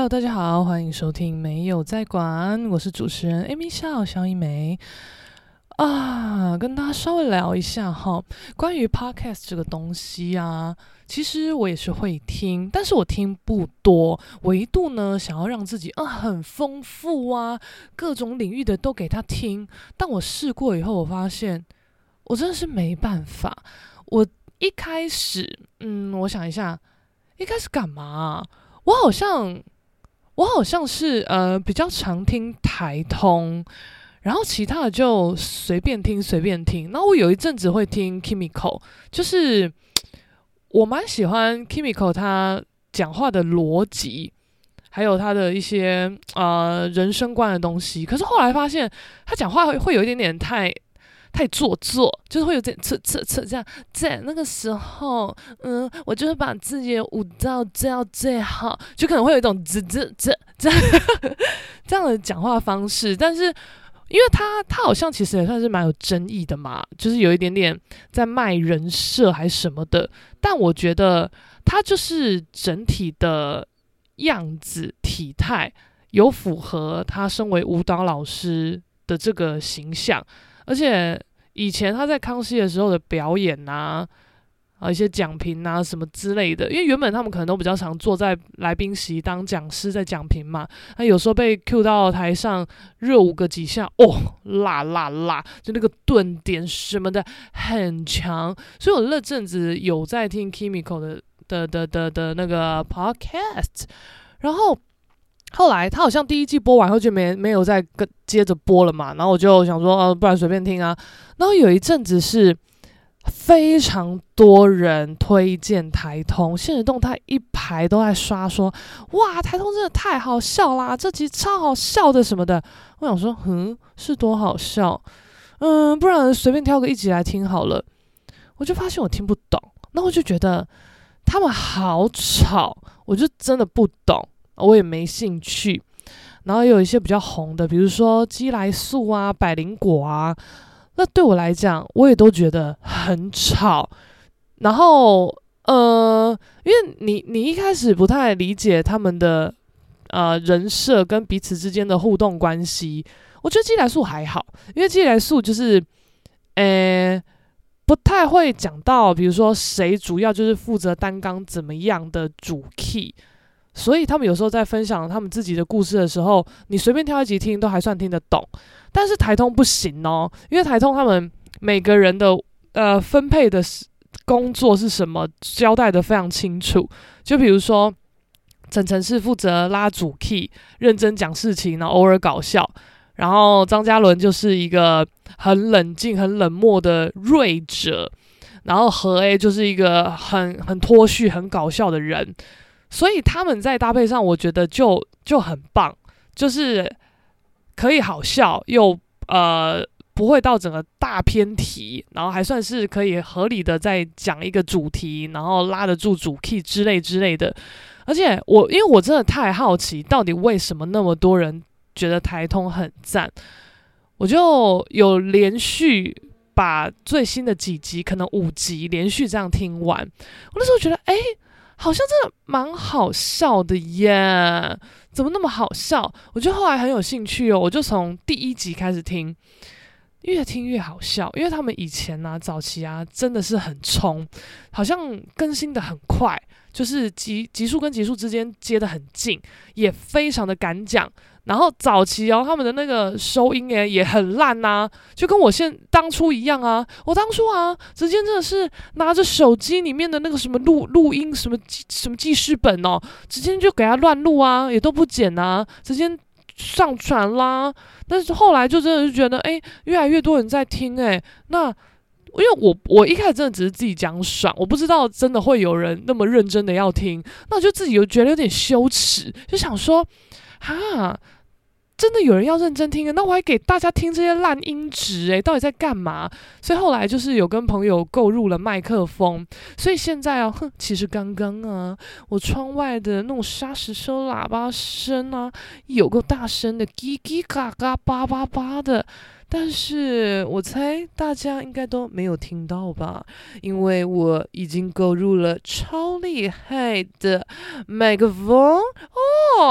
Hello， 大家好，欢迎收听没有在管，我是主持人 Amy 肖一梅啊，跟大家稍微聊一下哈，关于 Podcast 这个东西啊，其实我也是会听，但是我听不多，我一度呢想要让自己很丰富啊，各种领域的都给他听，但我试过以后，我发现我真的是没办法。我一开始，我想一下，一开始干嘛啊？我好像是比较常听台通，然后其他的就随便听随便听。然后我有一阵子会听 Kimiko， 就是我蛮喜欢 Kimiko 他讲话的逻辑，还有他的一些人生观的东西。可是后来发现他讲话会有一点点太做作，就是会有点这样。在那个时候，我就会把自己的舞蹈做到最好，就可能会有一种这样的讲话方式。但是因为他好像其实也算是蛮有争议的嘛，就是有一点点在卖人设还是什么的。但我觉得他就是整体的样子体态有符合他身为舞蹈老师的这个形象。而且以前他在康熙的时候的表演一些讲评什么之类的，因为原本他们可能都比较常坐在来宾席当讲师在讲评嘛，他有时候被 cue 到台上热舞个几下，辣，就那个顿点什么的很强，所以我那阵子有在听 Kimiko 的那个 podcast， 然后后来他好像第一季播完后就没有再接着播了嘛，然后我就想说不然随便听啊。然后有一阵子是非常多人推荐台通，现实动态一排都在刷说哇台通真的太好笑啦，这集超好笑的什么的。我想说是多好笑，不然随便挑个一集来听好了。我就发现我听不懂，那我就觉得他们好吵，我就真的不懂，我也没兴趣。然后有一些比较红的，比如说鸡来素啊、百灵果啊，那对我来讲，我也都觉得很吵。然后因为你一开始不太理解他们的人设跟彼此之间的互动关系，我觉得鸡来素还好，因为鸡来素就是不太会讲到，比如说谁主要就是负责担纲怎么样的主 key。所以他们有时候在分享他们自己的故事的时候，你随便挑一集听都还算听得懂。但是台通不行哦，因为台通他们每个人的分配的工作是什么，交代的非常清楚。就比如说晨晨是负责拉主 key， 认真讲事情，然后偶尔搞笑。然后张嘉伦就是一个很冷静、很冷漠的锐者，然后何 A 就是一个很脱序、很搞笑的人。所以他们在搭配上，我觉得就很棒，就是可以好笑，又不会到整个大偏题，然后还算是可以合理的在讲一个主题，然后拉得住主 key 之类的。而且因为我真的太好奇，到底为什么那么多人觉得台通很赞，我就有连续把最新的几集，可能5集连续这样听完。我那时候觉得好像真的蛮好笑的耶，怎么那么好笑？我就后来很有兴趣哦，我就从第1集开始听，越听越好笑。因为他们以前早期真的是很冲，好像更新的很快，就是集数跟集数之间接得很近，也非常的敢讲。然后早期他们的那个收音也很烂就跟我当初一样我当初直接真的是拿着手机里面的那个什么录音什么记事本直接就给他乱录也都不剪直接上传啦。但是后来就真的是觉得越来越多人在听那因为我一开始真的只是自己讲爽，我不知道真的会有人那么认真的要听，那我就自己觉得有点羞耻，就想说真的有人要认真听那我还给大家听这些烂音质到底在干嘛？所以后来就是有跟朋友购入了麦克风，所以现在其实刚刚我窗外的那种砂石车喇叭声有够大声的，叽叽嘎嘎叭叭叭的。但是我猜大家应该都没有听到吧，因为我已经购入了超厉害的麦克风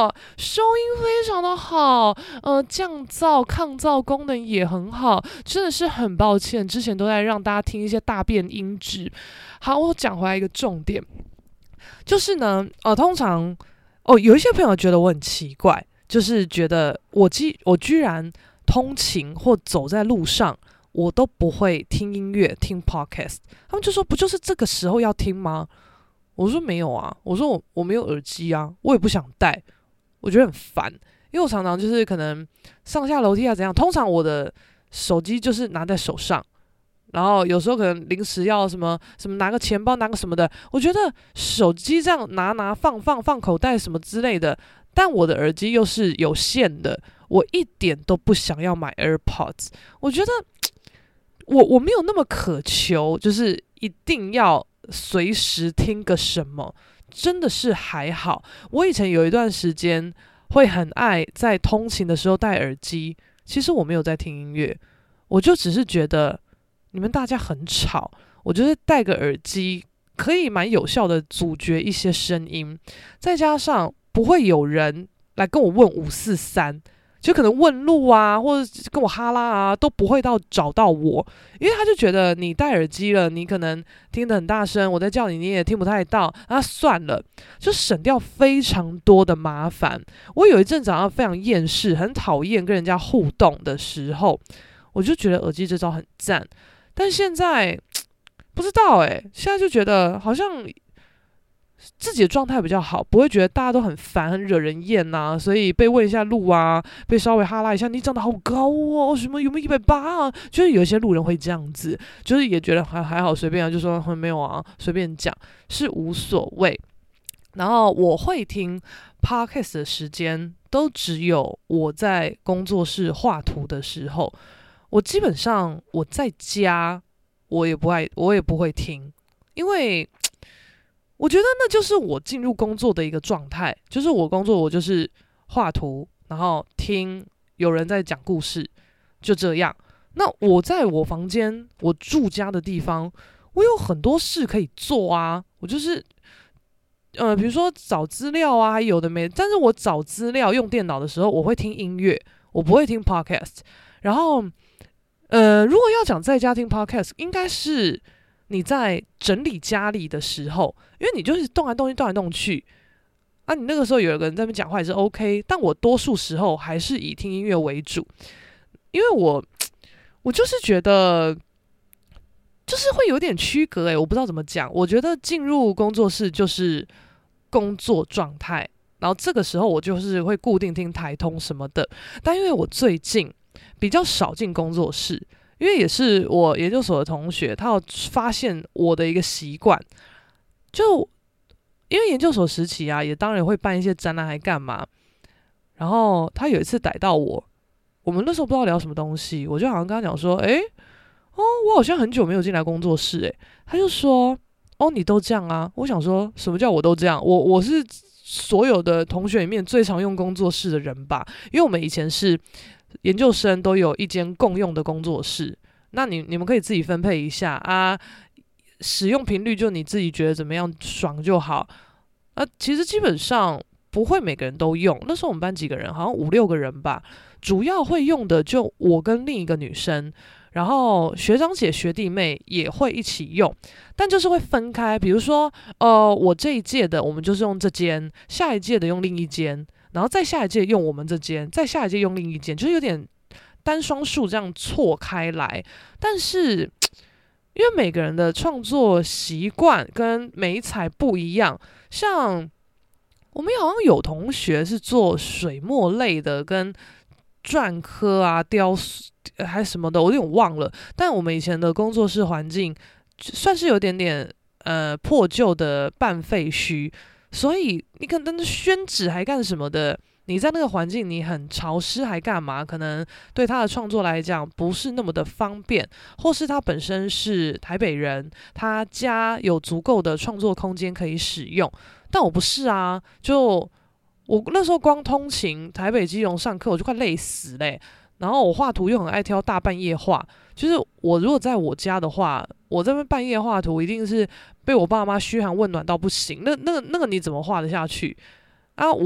错，收音非常的好，降噪、抗噪功能也很好，真的是很抱歉，之前都在让大家听一些大变音质。好，我讲回来一个重点，就是呢，通常有一些朋友觉得我很奇怪，就是觉得我居然通勤或走在路上，我都不会听音乐、听 podcast， 他们就说不就是这个时候要听吗？我说没有啊，我说我没有耳机啊，我也不想戴，我觉得很烦，因为我常常就是可能上下楼梯啊怎样，通常我的手机就是拿在手上，然后有时候可能临时要什么什么拿个钱包拿个什么的，我觉得手机这样拿放口袋什么之类的，但我的耳机又是有线的，我一点都不想要买 AirPods， 我觉得我没有那么渴求，就是一定要随时听个什么，真的是还好。我以前有一段时间会很爱在通勤的时候戴耳机，其实我没有在听音乐，我就只是觉得你们大家很吵，我觉得戴个耳机可以蛮有效的阻绝一些声音，再加上不会有人来跟我问543。就可能问路啊，或者跟我哈拉啊，都不会到找到我，因为他就觉得你戴耳机了，你可能听得很大声，我在叫你你也听不太到，那算了，就省掉非常多的麻烦。我有一阵子好像非常厌世，很讨厌跟人家互动的时候，我就觉得耳机这招很赞，但现在不知道现在就觉得好像自己的状态比较好，不会觉得大家都很烦、很惹人厌呐、所以被问一下路啊，被稍微哈拉一下，你长得好高哦，什么有没有180啊？就是有一些路人会这样子，就是也觉得还好，随便啊，就说没有啊，随便讲是无所谓。然后我会听 podcast 的时间，都只有我在工作室画图的时候，我基本上我在家我也不会听，因为我觉得那就是我进入工作的一个状态，就是我工作我就是画图，然后听有人在讲故事，就这样。那我在我房间，我住家的地方，我有很多事可以做啊。我就是比如说找资料啊，还有的没的。但是我找资料用电脑的时候，我会听音乐，我不会听 podcast。然后如果要讲在家听 podcast，应该是你在整理家里的时候，因为你就是动来动去，动来动去啊，你那个时候有一个人在那边讲话也是 OK， 但我多数时候还是以听音乐为主，因为我就是觉得就是会有点区隔我不知道怎么讲，我觉得进入工作室就是工作状态，然后这个时候我就是会固定听台通什么的，但因为我最近比较少进工作室，因为也是我研究所的同学，他有发现我的一个习惯，就因为研究所时期啊，也当然会办一些展览，还干嘛。然后他有一次逮到我，我们那时候不知道聊什么东西，我就好像跟他讲说，我好像很久没有进来工作室，他就说，你都这样啊？我想说什么叫我都这样？我是所有的同学里面最常用工作室的人吧，因为我们以前是研究生都有一间共用的工作室，那你们可以自己分配一下啊，使用频率就你自己觉得怎么样爽就好。其实基本上不会每个人都用，那时候我们班几个人，好像5-6个人吧，主要会用的就我跟另一个女生。然后学长姐学弟妹也会一起用，但就是会分开，比如说我这一届的我们就是用这间，下一届的用另一间，然后再下一届用我们这间，再下一届用另一间，就是有点单双数这样错开来。但是因为每个人的创作习惯跟美彩不一样，像我们好像有同学是做水墨类的，跟篆刻啊、雕塑还什么的，我有点忘了。但我们以前的工作室环境算是有点点破旧的半废墟，所以你可能宣纸还干什么的，你在那个环境你很潮湿还干嘛，可能对他的创作来讲不是那么的方便，或是他本身是台北人，他家有足够的创作空间可以使用，但我不是啊，就我那时候光通勤台北基隆上课我就快累死嘞，然后我画图又很爱挑大半夜画，就是我如果在我家的话，我这边半夜画图一定是被我爸妈嘘寒问暖到不行，那个你怎么画得下去啊？我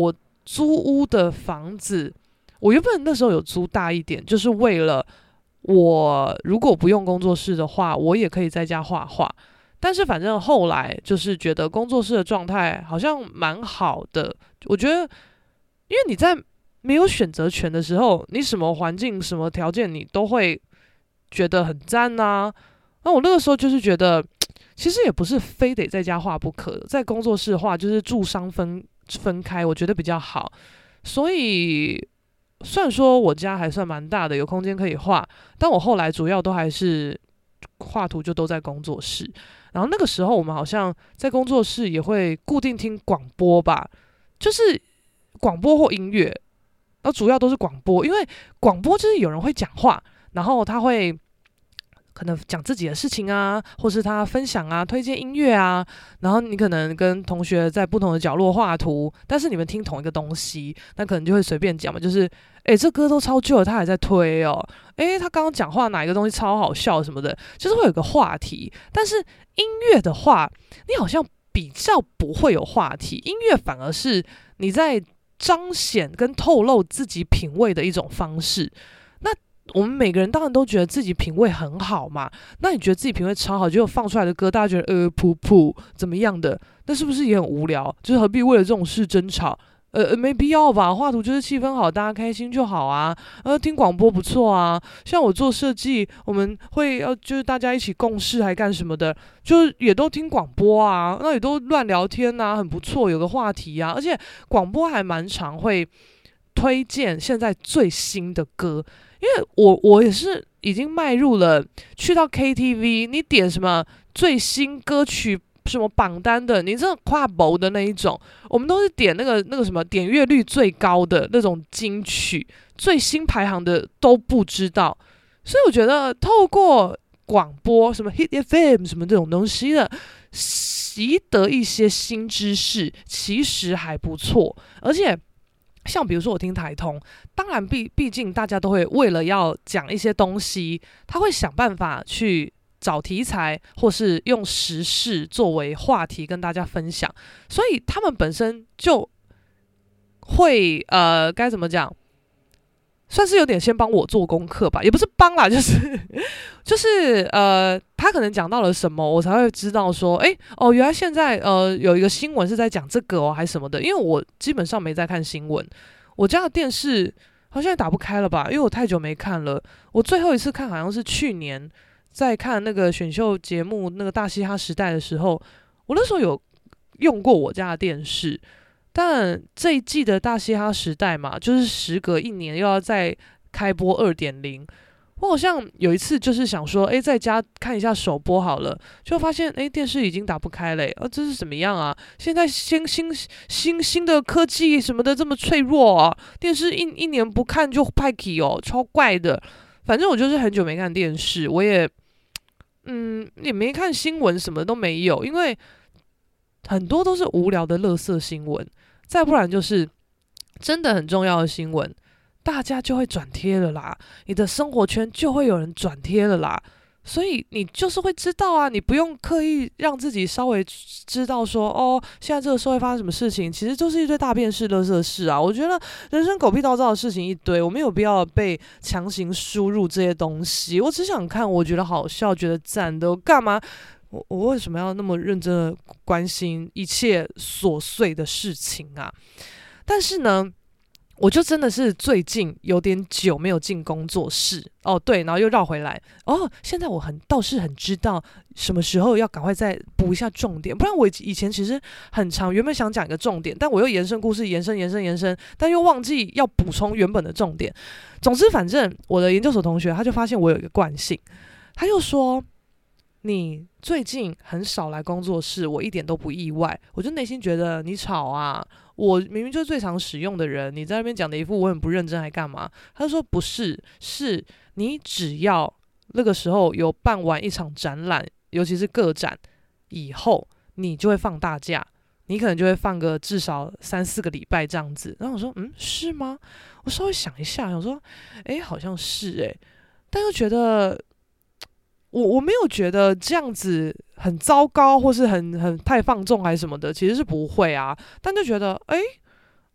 租屋的房子，我原本那时候有租大一点，就是为了我如果不用工作室的话，我也可以在家画画。但是反正后来就是觉得工作室的状态好像蛮好的，我觉得因为你在没有选择权的时候，你什么环境什么条件你都会觉得很赞啊。那我那个时候就是觉得其实也不是非得在家画不可，在工作室画就是住商分开，我觉得比较好。所以虽然说我家还算蛮大的，有空间可以画，但我后来主要都还是画图就都在工作室。然后那个时候我们好像在工作室也会固定听广播吧，就是广播或音乐，然后主要都是广播，因为广播就是有人会讲话，然后他会可能讲自己的事情啊，或是他分享啊，推荐音乐啊，然后你可能跟同学在不同的角落画图，但是你们听同一个东西，那可能就会随便讲嘛，就是这歌都超旧了，他还在推哦，他刚刚讲话哪一个东西超好笑什么的，就是会有个话题。但是音乐的话，你好像比较不会有话题，音乐反而是你在彰显跟透露自己品味的一种方式。那我们每个人当然都觉得自己品味很好嘛，那你觉得自己品味超好，结果放出来的歌大家觉得噗噗怎么样的，那是不是也很无聊？就是何必为了这种事争吵？没必要吧，画图就是气氛好，大家开心就好啊。听广播不错啊，像我做设计，我们会就是大家一起共事还干什么的，就也都听广播啊，那也都乱聊天啊，很不错，有个话题啊，而且广播还蛮常会推荐现在最新的歌，因为我也是已经迈入了去到 KTV， 你点什么最新歌曲什么榜单的，你这跨博的那一种，我们都是点那个什么点阅率最高的那种金曲，最新排行的都不知道。所以我觉得透过广播什么 Hit FM 什么这种东西的，习得一些新知识，其实还不错。而且像比如说我听台通，当然毕竟大家都会为了要讲一些东西，他会想办法去找题材，或是用时事作为话题跟大家分享，所以他们本身就会该怎么讲，算是有点先帮我做功课吧，也不是帮啦，就是他可能讲到了什么，我才会知道说，原来现在有一个新闻是在讲这个哦，还是什么的，因为我基本上没在看新闻，我家的电视好像也打不开了吧，因为我太久没看了，我最后一次看好像是去年。在看那个选秀节目那个大嘻哈时代的时候，我那时候有用过我家的电视，但这一季的大嘻哈时代嘛，就是时隔1年又要再开播2.0，我好像有一次就是想说，在家看一下首播好了，就发现电视已经打不开了，这是怎么样啊？现在新的科技什么的这么脆弱啊？电视一年不看就派起哦，超怪的。反正我就是很久没看电视，我也没看新闻，什么都没有，因为很多都是无聊的垃圾新闻，再不然就是真的很重要的新闻，大家就会转贴了啦，你的生活圈就会有人转贴了啦，所以你就是会知道啊，你不用刻意让自己稍微知道说，现在这个社会发生什么事情，其实就是一堆大便式垃圾事啊。我觉得人生狗屁倒灶的事情一堆，我没有必要被强行输入这些东西，我只想看我觉得好笑觉得赞的，我干嘛我为什么要那么认真的关心一切琐碎的事情啊？但是呢，我就真的是最近有点久没有进工作室对，然后又绕回来现在我倒是很知道什么时候要赶快再补一下重点，不然我以前其实很长，原本想讲一个重点，但我又延伸故事延伸，但又忘记要补充原本的重点。总之反正我的研究所同学他就发现我有一个惯性，他就说你最近很少来工作室，我一点都不意外。我就内心觉得你吵啊，我明明就是最常使用的人，你在那边讲的一副我很不认真还干嘛？他就说不是，是你只要那个时候有办完一场展览，尤其是个展以后，你就会放大假，你可能就会放个至少3-4个礼拜这样子。然后我说是吗？我稍微想一下，我说好像是但又觉得我没有觉得这样子很糟糕，或是很太放纵还是什么的，其实是不会啊。但就觉得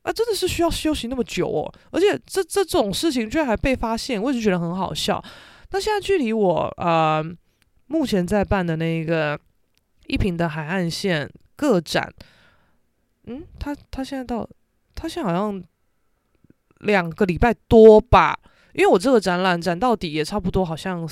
啊，真的是需要休息那么久哦，而且这种事情居然还被发现，我一直觉得很好笑。那现在距离我目前在办的那个一平的海岸线个展，他现在好像2个礼拜多吧，因为我这个展览展到底也差不多好像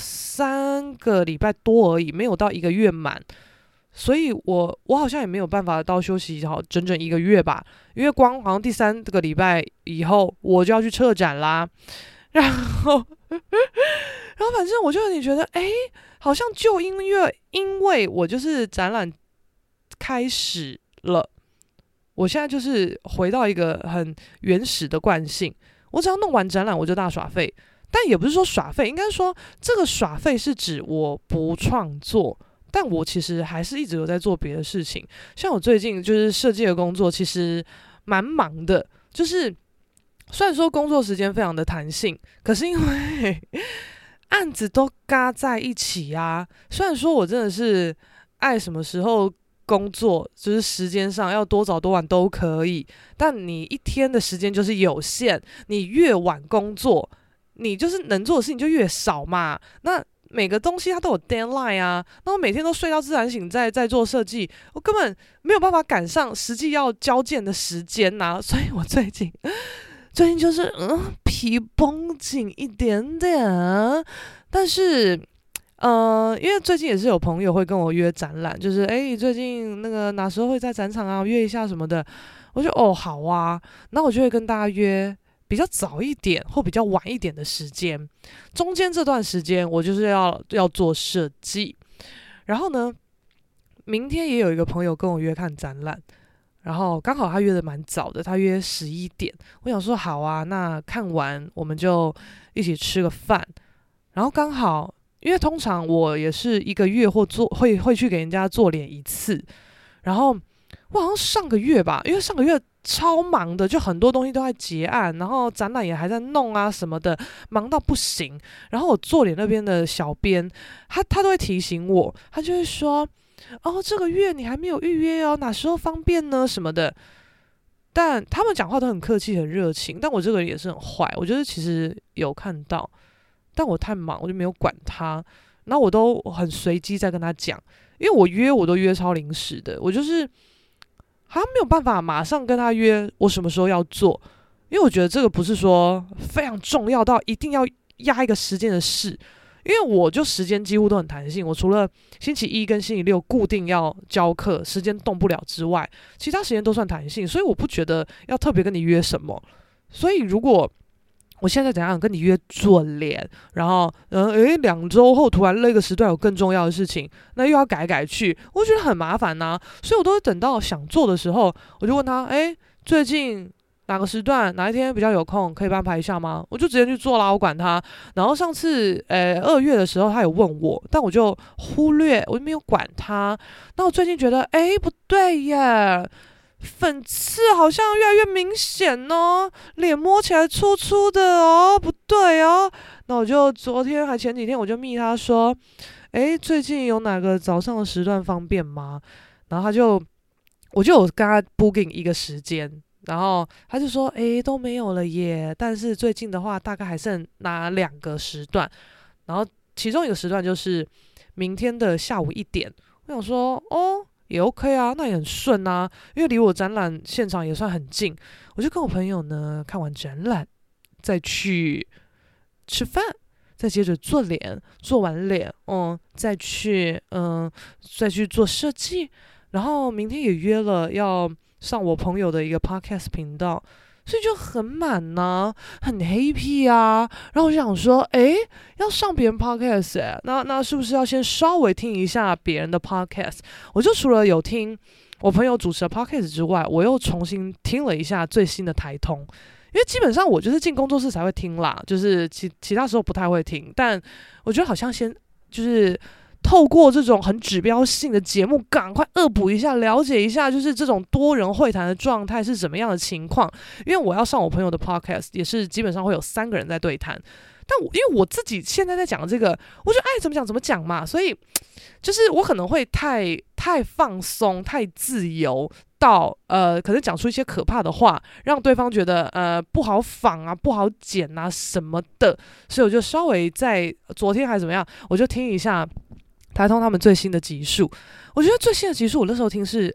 3个礼拜多而已，没有到1个月满。所以我好像也没有办法到休息好整整1个月吧，因为光好像第3个礼拜以后我就要去策展啦，然后反正我就有点觉得，好像就因为我就是展览开始了，我现在就是回到一个很原始的惯性，我只要弄完展览我就大耍废，但也不是说耍废，应该说这个耍废是指我不创作。但我其实还是一直有在做别的事情，像我最近就是设计的工作，其实蛮忙的。就是虽然说工作时间非常的弹性，可是因为案子都嘎在一起啊。虽然说我真的是爱什么时候工作，就是时间上要多早多晚都可以，但你一天的时间就是有限，你越晚工作，你就是能做的事情就越少嘛。那每个东西它都有 deadline 啊，那我每天都睡到自然醒在做设计，我根本没有办法赶上实际要交件的时间啊，所以我最近就是皮绷紧一点点，但是因为最近也是有朋友会跟我约展览，就是最近那个哪时候会在展场啊约一下什么的，我就好啊，那我就会跟大家约比较早一点或比较晚一点的时间，中间这段时间我就是要做设计。然后呢，明天也有一个朋友跟我约看展览，然后刚好他约的蛮早的，他约11点。我想说好啊，那看完我们就一起吃个饭。然后刚好，因为通常我也是1个月会去给人家做脸1次，然后我好像上个月吧，因为上个月超忙的，就很多东西都在结案，然后展览也还在弄啊什么的，忙到不行。然后我做脸那边的小编，他都会提醒我，他就会说，这个月你还没有预约哦，哪时候方便呢什么的。但他们讲话都很客气很热情，但我这个人也是很坏，我觉得其实有看到，但我太忙我就没有管他，然后我都很随机在跟他讲，因为我都约超临时的，我就是好像没有办法马上跟他约我什么时候要做，因为我觉得这个不是说非常重要到一定要压一个时间的事，因为我就时间几乎都很弹性，我除了星期1跟星期6固定要教课，时间动不了之外，其他时间都算弹性，所以我不觉得要特别跟你约什么。所以如果我现在怎样跟你约做脸，然后2周后突然那个时段有更重要的事情，那又要改去，我觉得很麻烦啊。所以我都会等到想做的时候，我就问他，最近哪个时段哪一天比较有空，可以安排一下吗？我就直接去做啦，我管他。然后上次2月的时候他有问我，但我就忽略，我就没有管他。那我最近觉得不对耶，粉刺好像越来越明显哦，脸摸起来粗粗的哦，不对哦。那我就昨天还前几天我就密他说，最近有哪个早上的时段方便吗？然后我就有跟他 booking 一个时间，然后他就说都没有了耶，但是最近的话大概还剩哪2个时段，然后其中一个时段就是明天的下午1点。我想说也 OK 啊，那也很顺啊，因为离我展览现场也算很近。我就跟我朋友呢看完展览，再去吃饭，再接着做脸，做完脸，再去做设计。然后明天也约了要上我朋友的一个 podcast 频道，所以就很满啊，很 happy 啊。然后我就想说，要上别人 podcast 那是不是要先稍微听一下别人的 podcast？ 我就除了有听我朋友主持的 podcast 之外，我又重新听了一下最新的台通，因为基本上我就是进工作室才会听啦，就是其他时候不太会听。但我觉得好像先就是透过这种很指标性的节目，赶快恶补一下，了解一下，就是这种多人会谈的状态是怎么样的情况。因为我要上我朋友的 podcast， 也是基本上会有3个人在对谈。但因为我自己现在在讲的这个，我就爱怎么讲怎么讲嘛，所以就是我可能会太放松、太自由到可能讲出一些可怕的话，让对方觉得不好仿啊，不好剪啊什么的，所以我就稍微在昨天还怎么样，我就听一下台通他们最新的集数。我觉得最新的集数我那时候听是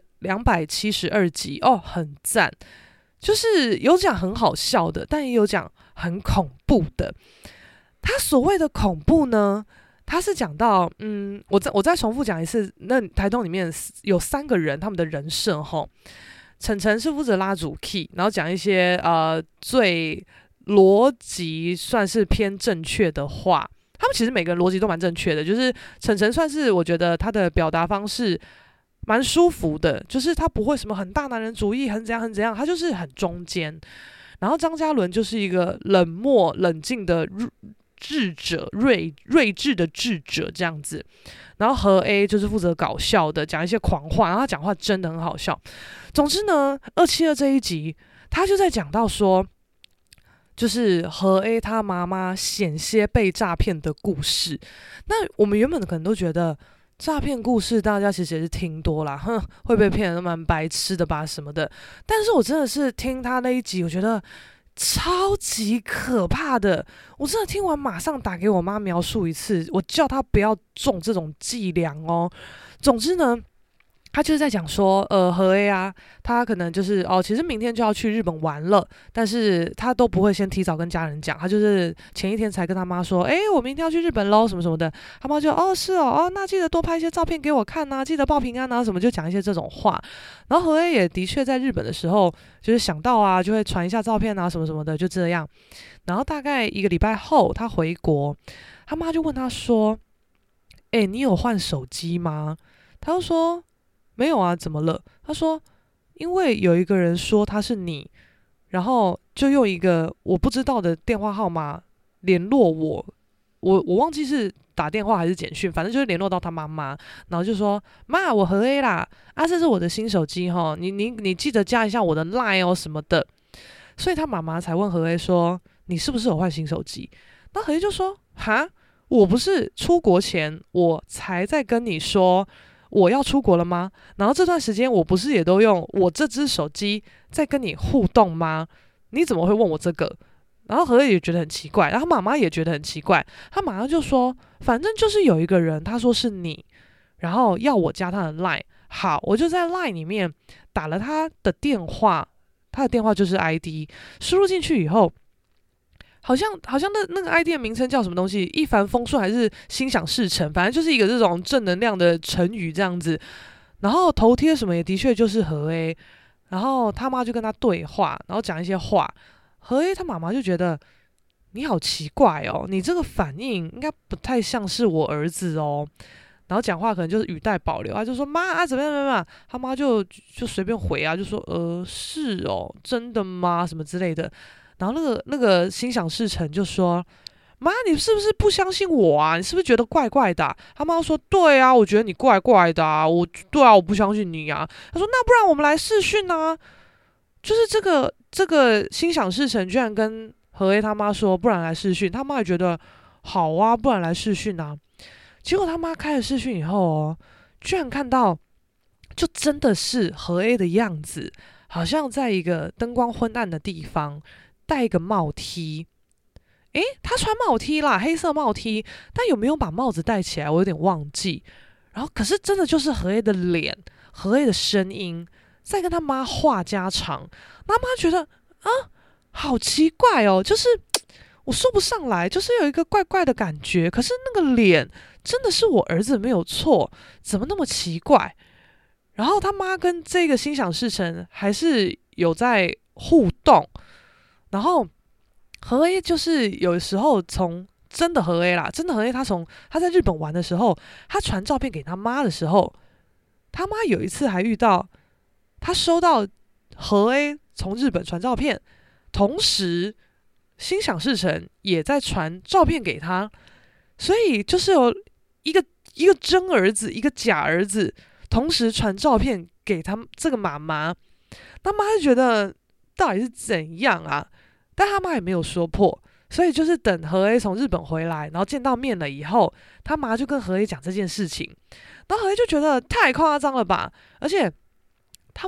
272集哦，很赞，就是有讲很好笑的，但也有讲很恐怖的。他所谓的恐怖呢，他是讲到我再重复讲一次，那台通里面有3个人，他们的人设吼，晨晨是负责拉主 key， 然后讲一些最逻辑算是偏正确的话。他们其实每个人逻辑都蛮正确的，就是晨晨算是我觉得他的表达方式蛮舒服的，就是他不会什么很大男人主义，很怎样很怎样，他就是很中间。然后张嘉伦就是一个冷漠冷静的智者，睿智的智者这样子。然后何 A 就是负责搞笑的，讲一些狂话，然后他讲话真的很好笑。总之呢，272这一集他就在讲到说，就是何 A 他妈妈险些被诈骗的故事。那我们原本可能都觉得诈骗故事大家其实也是听多啦，会被骗的都蛮白痴的吧什么的。但是我真的是听他那一集，我觉得超级可怕的。我真的听完马上打给我妈描述一次，我叫她不要中这种伎俩哦。总之呢，他就是在讲说，何 A 啊，他可能就是其实明天就要去日本玩了，但是他都不会先提早跟家人讲，他就是前一天才跟他妈说，我明天要去日本咯，什么什么的。他妈就是那记得多拍一些照片给我看啊，记得报平安啊，什么就讲一些这种话。然后何 A 也的确在日本的时候，就是想到啊，就会传一下照片啊，什么什么的，就这样。然后大概1个礼拜后，他回国，他妈就问他说，你有换手机吗？他就说没有啊，怎么了？他说因为有一个人说他是你，然后就用一个我不知道的电话号码联络我忘记是打电话还是简讯，反正就是联络到他妈妈，然后就说妈，我何 A 啦，这是我的新手机齁，你记得加一下我的 LINE 什么的。所以他妈妈才问何 A 说你是不是有换新手机？那何 A 就说哈，我不是出国前我才在跟你说我要出国了吗？然后这段时间我不是也都用我这只手机在跟你互动吗？你怎么会问我这个？然后何 A 也觉得很奇怪，然后妈妈也觉得很奇怪，他马上就说反正就是有一个人他说是你，然后要我加他的 LINE。 好，我就在 LINE 里面打了他的电话，他的电话就是 ID， 输入进去以后好像那个 ID 的名称叫什么东西，一帆风顺还是心想事成，反正就是一个这种正能量的成语这样子。然后头贴什么也的确就是何 A， 然后他妈就跟他对话，然后讲一些话。何 A 他妈妈就觉得你好奇怪哦，你这个反应应该不太像是我儿子哦。然后讲话可能就是语带保留，他就说妈怎么样怎么样，他妈就随便回啊，就说是哦，真的吗？什么之类的。然后那个心想事成就说妈，你是不是不相信我啊？你是不是觉得怪怪的啊？他妈说对啊，我觉得你怪怪的啊，对啊，我不相信你啊。他说那不然我们来视讯啊。就是这个心想事成居然跟何 A 他妈说不然来视讯，他妈也觉得好啊，不然来视讯啊。结果他妈开了视讯以后居然看到就真的是何 A 的样子，好像在一个灯光昏暗的地方戴一个帽 T。他穿帽 T 啦，黑色帽 T， 但有没有把帽子戴起来我有点忘记。然后可是真的就是何 A 的脸，何 A 的声音在跟他妈话家常。他妈觉得好奇怪哦，就是我说不上来，就是有一个怪怪的感觉，可是那个脸真的是我儿子没有错，怎么那么奇怪？然后他妈跟这个心想事成还是有在互动。然后何 A 就是有时候从真的何 A 啦，真的何 A 他在日本玩的时候，他传照片给他妈的时候，他妈有一次还遇到他收到何 A 从日本传照片，同时心想事成也在传照片给他，所以就是有一个真儿子一个假儿子同时传照片给他这个妈妈。他妈就觉得到底是怎样啊？但他妈也没有说破，所以就是等何 A 从日本回来，然后见到面了以后，他妈就跟何 A 讲这件事情，然后何 A 就觉得太夸张了吧，而且他们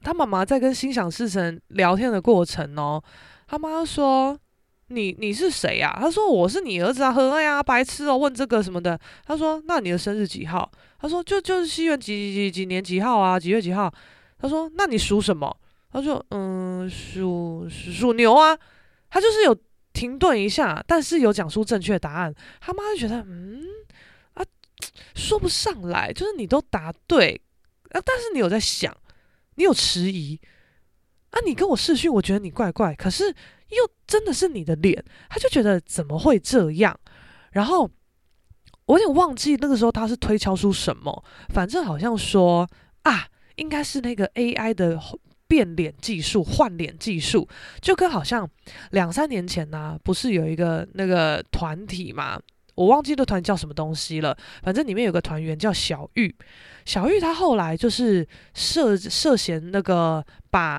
他妈妈在跟心想事成聊天的过程哦，他妈说你是谁呀？他说我是你儿子啊，何呀，白痴哦，问这个什么的。他说那你的生日几号？他说就是西元几年几号啊，几月几号？他说那你属什么？他说属牛啊。他就是有停顿一下，但是有讲出正确答案。他妈就觉得啊说不上来，就是你都答对啊，但是你有在想，你有迟疑啊，你跟我视讯，我觉得你怪怪，可是又真的是你的脸，他就觉得怎么会这样？然后我有点忘记那个时候他是推敲出什么，反正好像说啊，应该是那个 AI 的变脸技术、换脸技术，就跟好像2、3年前呢、不是有一个那个团体嘛，我忘记那团叫什么东西了，反正里面有个团员叫小玉，小玉她后来就是涉嫌那个把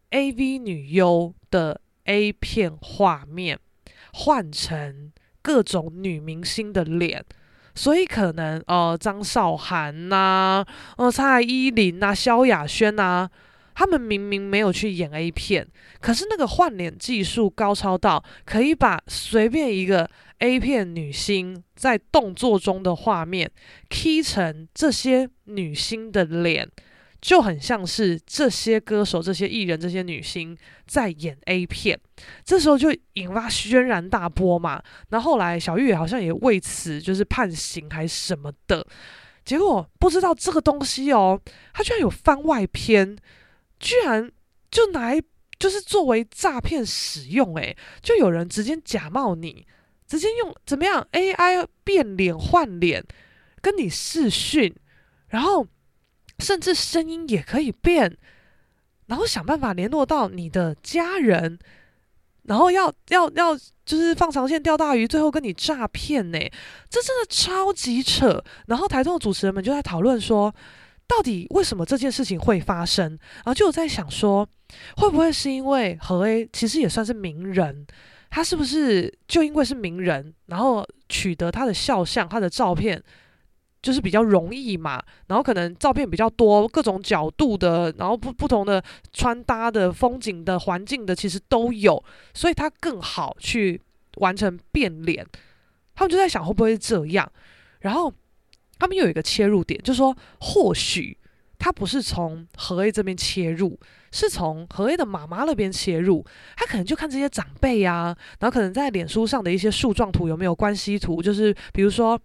AV 女优的 A 片画面换成各种女明星的脸。所以可能张韶涵呐、蔡依林呐、萧亚轩呐，他们明明没有去演 A 片，可是那个换脸技术高超到可以把随便一个 A 片女星在动作中的画面 key 成这些女星的脸，就很像是这些歌手、这些艺人、这些女星在演 A 片。这时候就引发轩然大波嘛。然后后来小玉好像也为此就是判刑还是什么的。结果不知道这个东西哦，它居然有番外篇，居然就拿来就是作为诈骗使用。就有人直接假冒你，直接用怎么样 AI 变脸换脸跟你视讯，然后甚至声音也可以变，然后想办法联络到你的家人，然后要就是放长线钓大鱼，最后跟你诈骗呢，这真的超级扯。然后台中的主持人们就在讨论说，到底为什么这件事情会发生？然后就有在想说，会不会是因为何 A 其实也算是名人，他是不是就因为是名人，然后取得他的肖像、他的照片？就是比较容易嘛，然后可能照片比较多，各种角度的，然后不同的穿搭的、风景的、环境的，其实都有，所以他更好去完成变脸。他们就在想会不会是这样，然后他们又有一个切入点，就是说或许他不是从何 A 这边切入，是从何 A 的妈妈那边切入。他可能就看这些长辈啊，然后可能在脸书上的一些树状图有没有关系图，就是比如说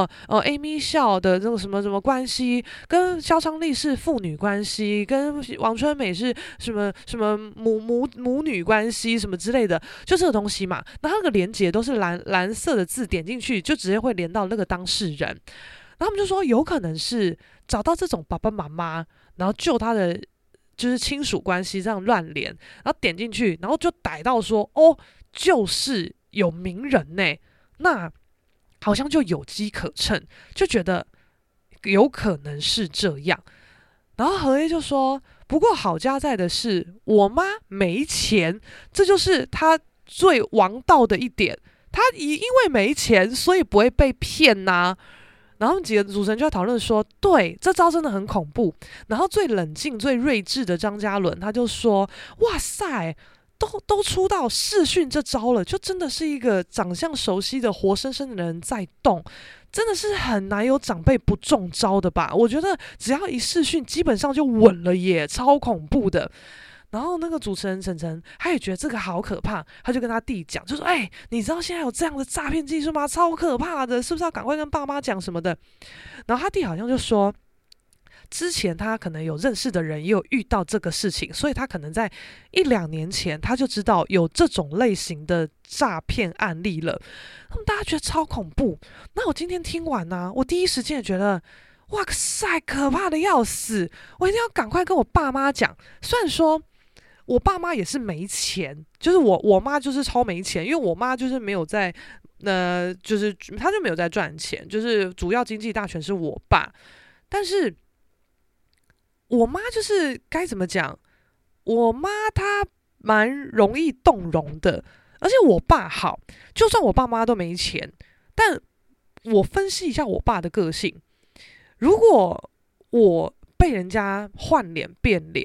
Amy 笑的这种什么什么关系，跟肖昌丽是父女关系，跟王春美是什么什么母女关系什么之类的，就这个东西嘛。那它那个连结都是蓝色的字，点进去就直接会连到那个当事人。然后他们就说有可能是找到这种爸爸妈妈，然后就他的就是亲属关系这样乱连，然后点进去，然后就逮到说就是有名人呢，那好像就有机可乘，就觉得有可能是这样。然后何 A 就说，不过好家在的是我妈没钱，这就是他最王道的一点，他因为没钱所以不会被骗呐。然后几个主持人就在讨论说，对，这招真的很恐怖。然后最冷静、最睿智的张嘉伦他就说，哇塞，都出到视讯这招了，就真的是一个长相熟悉的活生生的人在动，真的是很难有长辈不中招的吧？我觉得只要一视讯，基本上就稳了耶，超恐怖的。然后那个主持人晨晨，他也觉得这个好可怕，他就跟他弟讲，就说：“你知道现在有这样的诈骗技术吗？超可怕的，是不是要赶快跟爸妈讲什么的？”然后他弟好像就说，之前他可能有认识的人也有遇到这个事情，所以他可能在1、2年前他就知道有这种类型的诈骗案例了。他们大家觉得超恐怖。那我今天听完呢，我第一时间也觉得，哇塞，可怕的要死！我一定要赶快跟我爸妈讲。虽然说我爸妈也是没钱，就是我妈就是超没钱，因为我妈就是没有在就是她就没有在赚钱，就是主要经济大权是我爸。但是我妈就是该怎么讲，我妈她蛮容易动容的，而且我爸好，就算我爸妈都没钱，但我分析一下我爸的个性，如果我被人家换脸变脸，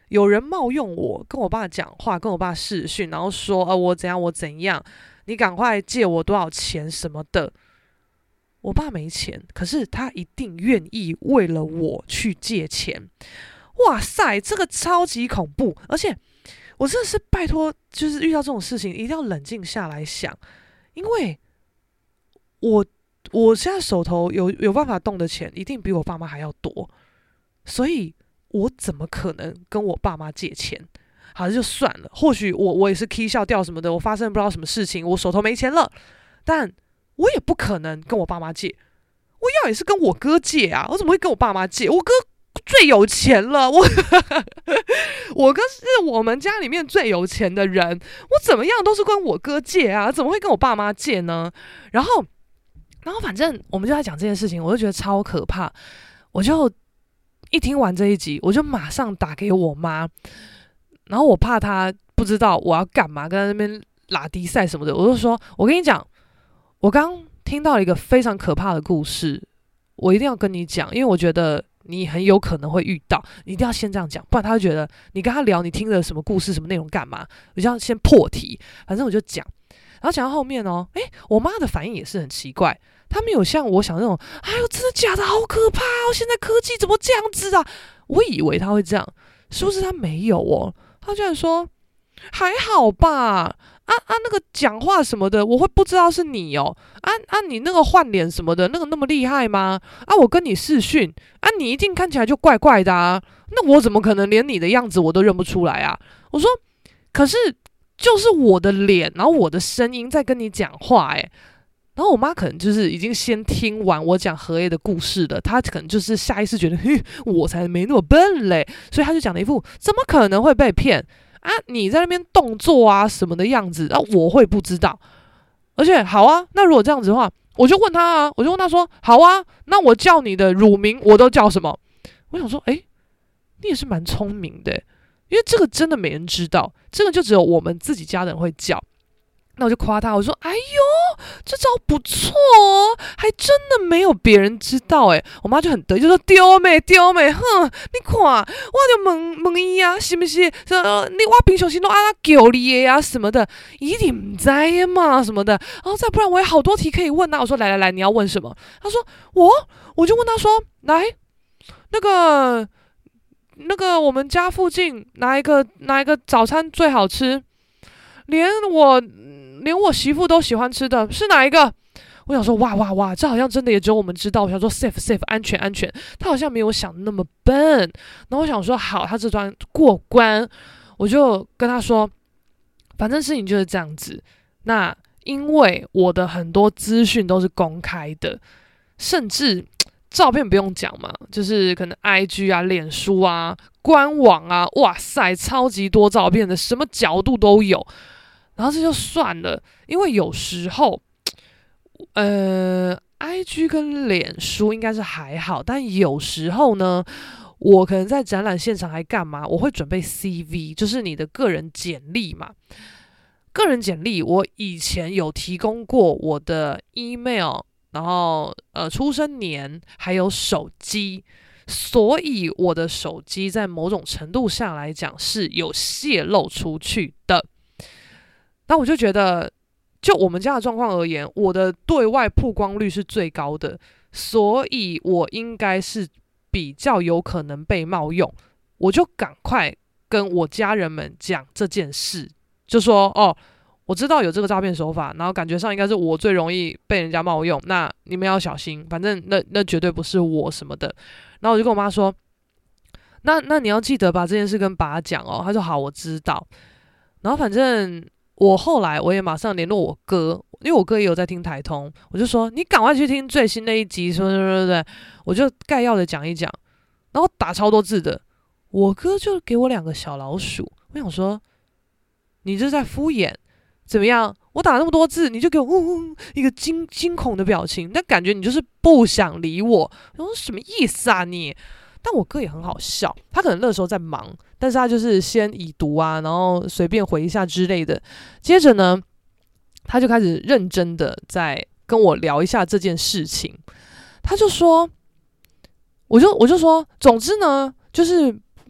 有人冒用我跟我爸讲话，跟我爸视讯，然后说我怎样我怎样，你赶快借我多少钱什么的。我爸没钱，可是他一定愿意为了我去借钱。哇塞，这个超级恐怖！而且我真的是拜托，就是遇到这种事情一定要冷静下来想，因为我现在手头有办法动的钱，一定比我爸妈还要多，所以我怎么可能跟我爸妈借钱？好，就算了，或许我也是 K 笑掉什么的，我发生不知道什么事情，我手头没钱了，但我也不可能跟我爸妈借，我要也是跟我哥借啊，我怎么会跟我爸妈借？我哥最有钱了，我哥是我们家里面最有钱的人，我怎么样都是跟我哥借啊，怎么会跟我爸妈借呢？然后反正我们就在讲这件事情，我就觉得超可怕，我就一听完这一集，我就马上打给我妈，然后我怕她不知道我要干嘛，跟她那边拉低赛什么的，我就说，我跟你讲，我刚听到一个非常可怕的故事，我一定要跟你讲，因为我觉得你很有可能会遇到，你一定要先这样讲，不然他会觉得你跟他聊你听了什么故事什么内容干嘛，我就要先破题。反正我就讲，然后讲到后面我妈的反应也是很奇怪，她没有像我想那种，哎呦真的假的，好可怕哦，现在科技怎么这样子啊？我以为她会这样，是不是她没有哦？她居然说还好吧。那个讲话什么的，我会不知道是你哦。你那个换脸什么的，那么厉害吗？我跟你视讯你一定看起来就怪怪的啊。那我怎么可能连你的样子我都认不出来啊？我说，可是就是我的脸，然后我的声音在跟你讲话然后我妈可能就是已经先听完我讲荷叶的故事了，她可能就是下意识觉得，我才没那么笨嘞，所以她就讲了一副怎么可能会被骗。你在那边动作啊什么的样子我会不知道。而且好啊，那如果这样子的话，我就问他说，好啊，那我叫你的乳名我都叫什么？我想说，你也是蛮聪明的，因为这个真的没人知道，这个就只有我们自己家的人会叫。那我就夸他，我说，哎呦，这招不错哦，还真的没有别人知道我妈就很得意，就说丢妹，哼，你看，我就问伊啊，是不是？我平常时都叫你的呀什么的，一定不知道嘛什么的。然后再不然我有好多题可以问我说来，你要问什么？他说我就问他说，来，那个我们家附近哪一个早餐最好吃？连我媳妇都喜欢吃的是哪一个？我想说，哇，这好像真的也只有我们知道。我想说 safe 安全，他好像没有想那么笨。然后我想说，好，他这段过关，我就跟他说，反正事情就是这样子。那因为我的很多资讯都是公开的，甚至照片不用讲嘛，就是可能 IG 啊、脸书啊、官网啊，哇塞，超级多照片的，什么角度都有。然后这就算了，因为有时候，IG 跟脸书应该是还好，但有时候呢，我可能在展览现场还干嘛？我会准备 CV， 就是你的个人简历嘛。个人简历，我以前有提供过我的 email， 然后出生年还有手机，所以我的手机在某种程度上来讲是有泄露出去的。那我就觉得，就我们家的状况而言，我的对外曝光率是最高的，所以我应该是比较有可能被冒用。我就赶快跟我家人们讲这件事，就说我知道有这个诈骗手法，然后感觉上应该是我最容易被人家冒用，那你们要小心，反正那绝对不是我什么的。然后我就跟我妈说，那你要记得把这件事跟爸讲哦。她说好，我知道。然后反正我后来我也马上联络我哥，因为我哥也有在听台通，我就说你赶快去听最新的一集，说对，我就概要的讲一讲，然后打超多字的，我哥就给我2个小老鼠，我想说你这是在敷衍，怎么样？我打那么多字，你就给我一个惊恐的表情，那感觉你就是不想理我。我说什么意思啊你？但我哥也很好笑，他可能那时候在忙，但是他就是先已读啊，然后随便回一下之类的。接着呢，他就开始认真的在跟我聊一下这件事情。他就说，我就说，总之呢，就是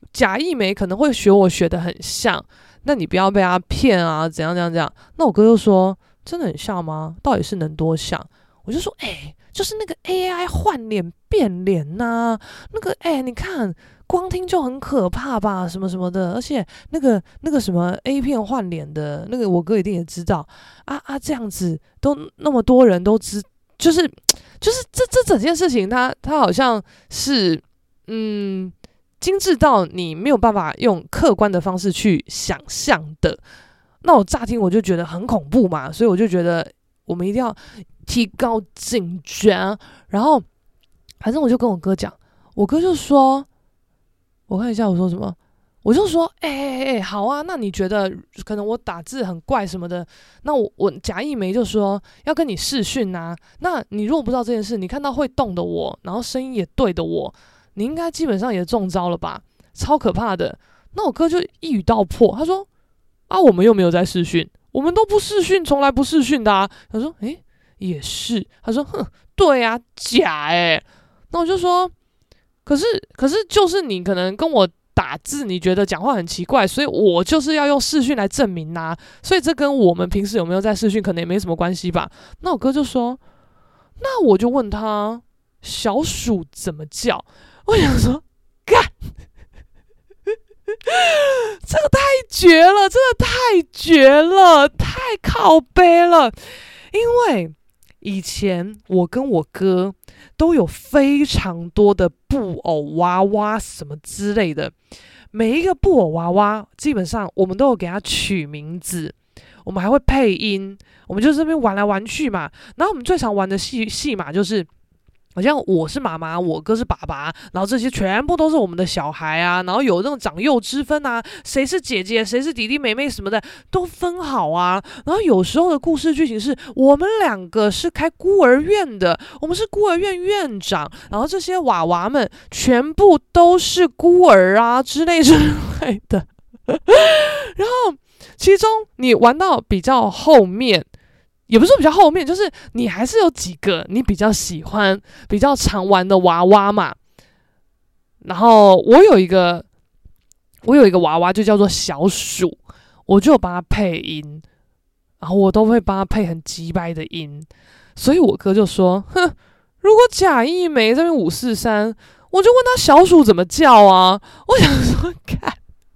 贾一梅可能会学我学得很像，那你不要被他骗啊，怎样怎样怎样。那我哥就说真的很像吗？到底是能多像？我就说就是那个 AI 换脸变脸呐，那个你看光听就很可怕吧，什么什么的，而且那个什么 A 片换脸的那个，我哥一定也知道啊，这样子都那么多人都知，就是这整件事情它好像是精致到你没有办法用客观的方式去想象的。那我乍听我就觉得很恐怖嘛，所以我就觉得我们一定要提高警觉。然后反正我就跟我哥讲，我哥就说，我看一下我说什么，我就说好啊，那你觉得可能我打字很怪什么的，那我贾一梅就说要跟你视讯啊，那你如果不知道这件事，你看到会动的我，然后声音也对的我，你应该基本上也中招了吧，超可怕的。那我哥就一语道破，他说啊，我们又没有在视讯，我们都不视讯，从来不视讯的啊。他说也是，他说对啊，假那我就说可是就是你可能跟我打字，你觉得讲话很奇怪，所以我就是要用视讯来证明啊，所以这跟我们平时有没有在视讯可能也没什么关系吧。那我哥就说，那我就问他小鼠怎么叫，我想说干这个太绝了，真的太绝了，太靠背了。因为以前我跟我哥都有非常多的布偶娃娃什么之类的，每一个布偶娃娃基本上我们都有给它取名字，我们还会配音，我们就这边玩来玩去嘛。然后我们最常玩的戏码就是好像我是妈妈，我哥是爸爸，然后这些全部都是我们的小孩啊，然后有那种长幼之分啊，谁是姐姐，谁是弟弟妹妹什么的都分好啊。然后有时候的故事剧情是我们两个是开孤儿院的，我们是孤儿院院长，然后这些娃娃们全部都是孤儿啊之类的然后其中你玩到比较后面，也不是说比较后面，就是你还是有几个你比较喜欢、比较常玩的娃娃嘛。然后我有一个娃娃就叫做小鼠，我就有帮他配音，然后我都会帮他配很鸡掰的音，所以我哥就说，如果贾一梅这边543，我就问他小鼠怎么叫啊。我想说看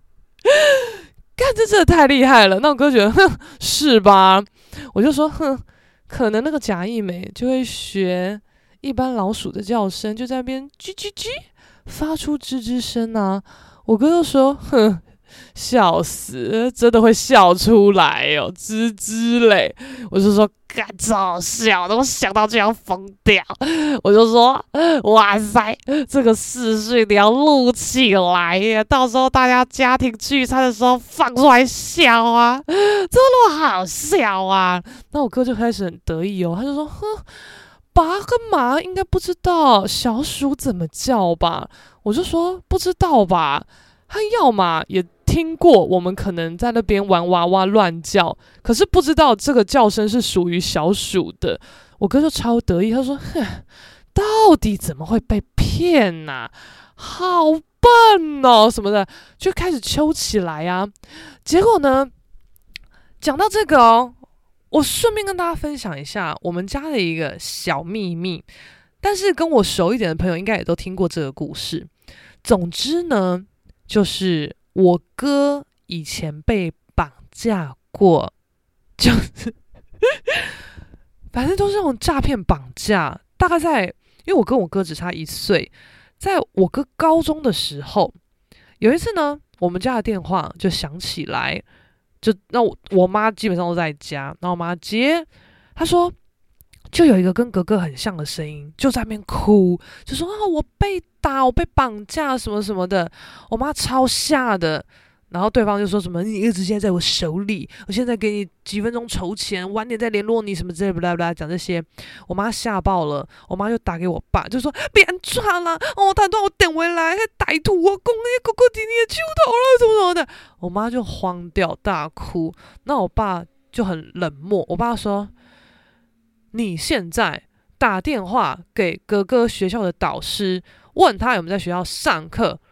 这真的太厉害了。那我哥觉得是吧，我就说可能那个贾一梅就会学一般老鼠的叫声，就在那边叽叽叽发出吱吱声啊。我哥就说笑死，真的会笑出来哦，吱吱嘞。我就说干超好笑的，我想到就要疯掉。我就说哇塞，这个视讯你要录起来耶，到时候大家家庭聚餐的时候放出来笑啊，这么好笑啊。那我哥就开始很得意哦，他就说爸跟妈应该不知道小鼠怎么叫吧。我就说不知道吧，他要嘛也听过我们可能在那边玩娃娃乱叫，可是不知道这个叫声是属于小鼠的。我哥就超得意，他说到底怎么会被骗啊，好笨哦什么的，就开始揪起来啊。结果呢，讲到这个哦，我顺便跟大家分享一下我们家的一个小秘密，但是跟我熟一点的朋友应该也都听过这个故事。总之呢，就是我哥以前被绑架过，就是反正都是那种诈骗绑架。大概在，因为我跟我哥只差1岁，在我哥高中的时候，有一次呢，我们家的电话就响起来，那我妈基本上都在家，然后我妈接，她说就有一个跟哥哥很像的声音，就在那边哭，就说我被打，我被绑架什么什么的。我妈超吓的，然后对方就说什么你儿子现在在我手里，我现在给你几分钟筹钱，晚点再联络你什么之类的，不啦不啦，讲这些。我妈吓爆了，我妈就打给我爸，就说别安抓啦，他让我等回来，歹徒我公那哥哥弟弟的手头了什么什么的。我妈就慌掉大哭，那我爸就很冷漠，我爸说你现在打电话给哥哥学校的导师，问他有没有在学校上课，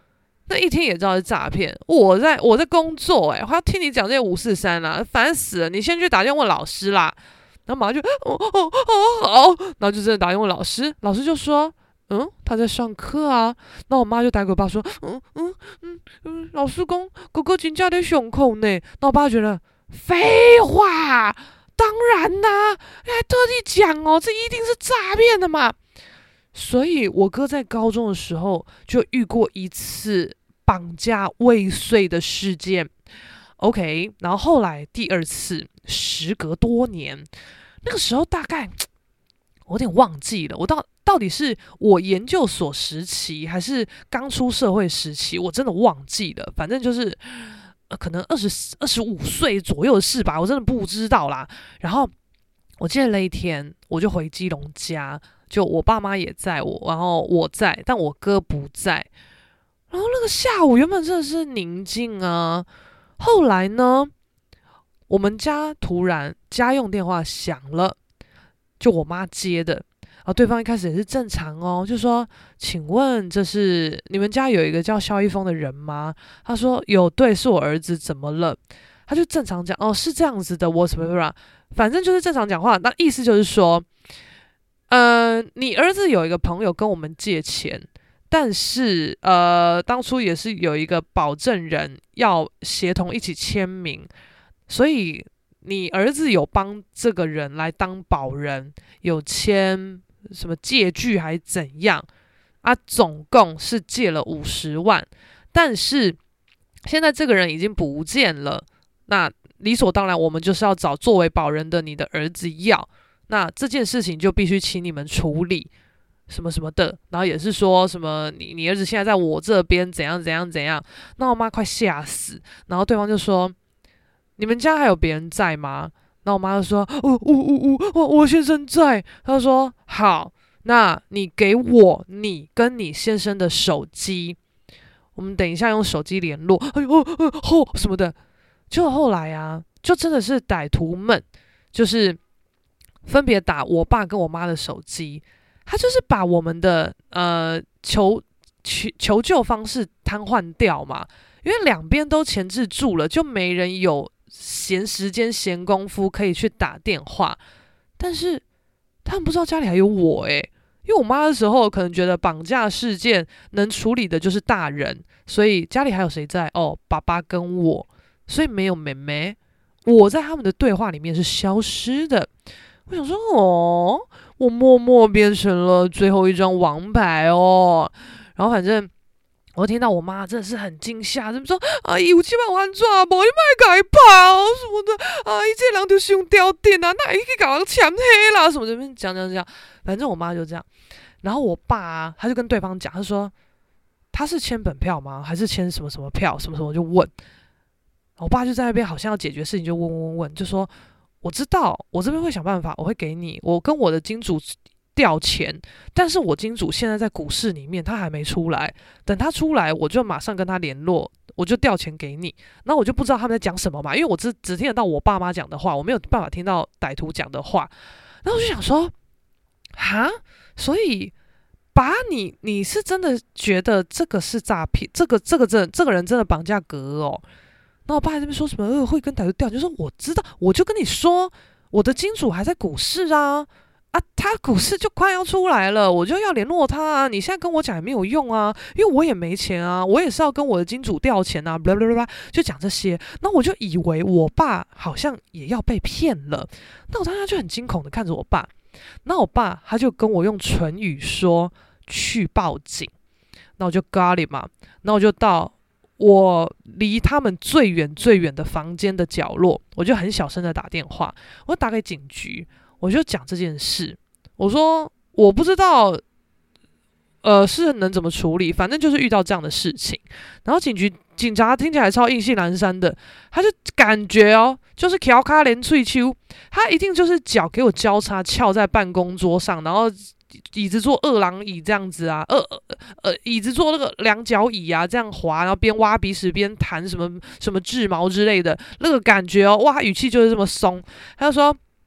那一听也知道是诈骗。我在工作，我要听你讲这些543啦，烦死了！你先去打电话问老师啦。然后马上就好，然后就真的打电话问老师，老师就说他在上课啊。那我妈就打给我爸说，老师讲哥哥真的在上课呢。那我爸觉得废话，当然啦，还特地讲这一定是诈骗的嘛。所以我哥在高中的时候就遇过一次绑架未遂的事件。OK， 然后后来第二次，时隔多年，那个时候大概我有点忘记了，我到底是我研究所时期还是刚出社会时期，我真的忘记了。反正就是可能25岁左右的事吧，我真的不知道啦。然后我记得那一天，我就回基隆家，就我爸妈也在，然后我在，但我哥不在。然后那个下午原本真的是宁静啊。后来呢，我们家突然家用电话响了，就我妈接的，然后对方一开始也是正常就说请问这是你们家有一个叫肖一峰的人吗？他说有，对，是我儿子，怎么了？他就正常讲是这样子的，我什么反正就是正常讲话。那意思就是说你儿子有一个朋友跟我们借钱，但是当初也是有一个保证人要协同一起签名，所以你儿子有帮这个人来当保人，有签什么借据还怎样啊？总共是借了50万，但是现在这个人已经不见了，那理所当然我们就是要找作为保人的你的儿子要，那这件事情就必须请你们处理。什么什么的，然后也是说什么你儿子现在在我这边怎样怎样怎样。那我妈快吓死，然后对方就说你们家还有别人在吗？那我妈就说我先生在。他就说好，那你给我你跟你先生的手机，我们等一下用手机联络。什么的。就后来啊，就真的是歹徒们就是分别打我爸跟我妈的手机，他就是把我们的求救方式瘫痪掉嘛，因为两边都钳制住了，就没人有闲时间闲工夫可以去打电话。但是他们不知道家里还有我因为我妈的时候可能觉得绑架事件能处理的就是大人，所以家里还有谁在？爸爸跟我，所以没有妹妹。我在他们的对话里面是消失的。我想说我默默变成了最后一张王牌然后反正我听到我妈真的是很惊吓，怎么说阿姨有这摆有安怎无？你别甲伊拍什么的，阿姨这人就伤掉电啊，那伊去甲人签黑啦什么的，讲，反正我妈就这样。然后我爸他就跟对方讲，他说他是签本票吗？还是签什么什么票？什么什么就问。我爸就在那边好像要解决事情，就问，就说我知道，我这边会想办法，我会给你，我跟我的金主调钱，但是我金主现在在股市里面，他还没出来，等他出来，我就马上跟他联络，我就调钱给你。然后我就不知道他们在讲什么嘛，因为我只听得到我爸妈讲的话，我没有办法听到歹徒讲的话。然后我就想说，所以你是真的觉得这个是诈骗，这个人真的绑架哥那我爸在那边说什么会跟歹徒调，就说我知道，我就跟你说，我的金主还在股市啊，他股市就快要出来了，我就要联络他啊。你现在跟我讲也没有用啊，因为我也没钱啊，我也是要跟我的金主调钱啊，就讲这些。那我就以为我爸好像也要被骗了，那我当时就很惊恐的看着我爸，那我爸他就跟我用唇语说去报警，那我就 got it 嘛，那我就到我离他们最远的房间的角落，我就很小声的打电话，我打给警局，我就讲这件事，我说我不知道是能怎么处理，反正就是遇到这样的事情。然后警察听起来超意兴阑珊的，他就感觉就是翘卡连喙秋，他一定就是脚给我交叉翘在办公桌上，然后椅子坐二郎椅这样子啊，椅子坐那个两脚椅啊，这样滑，然后边挖鼻屎边弹什么什么治毛之类的，那个感觉哇，语气就是这么松。他就说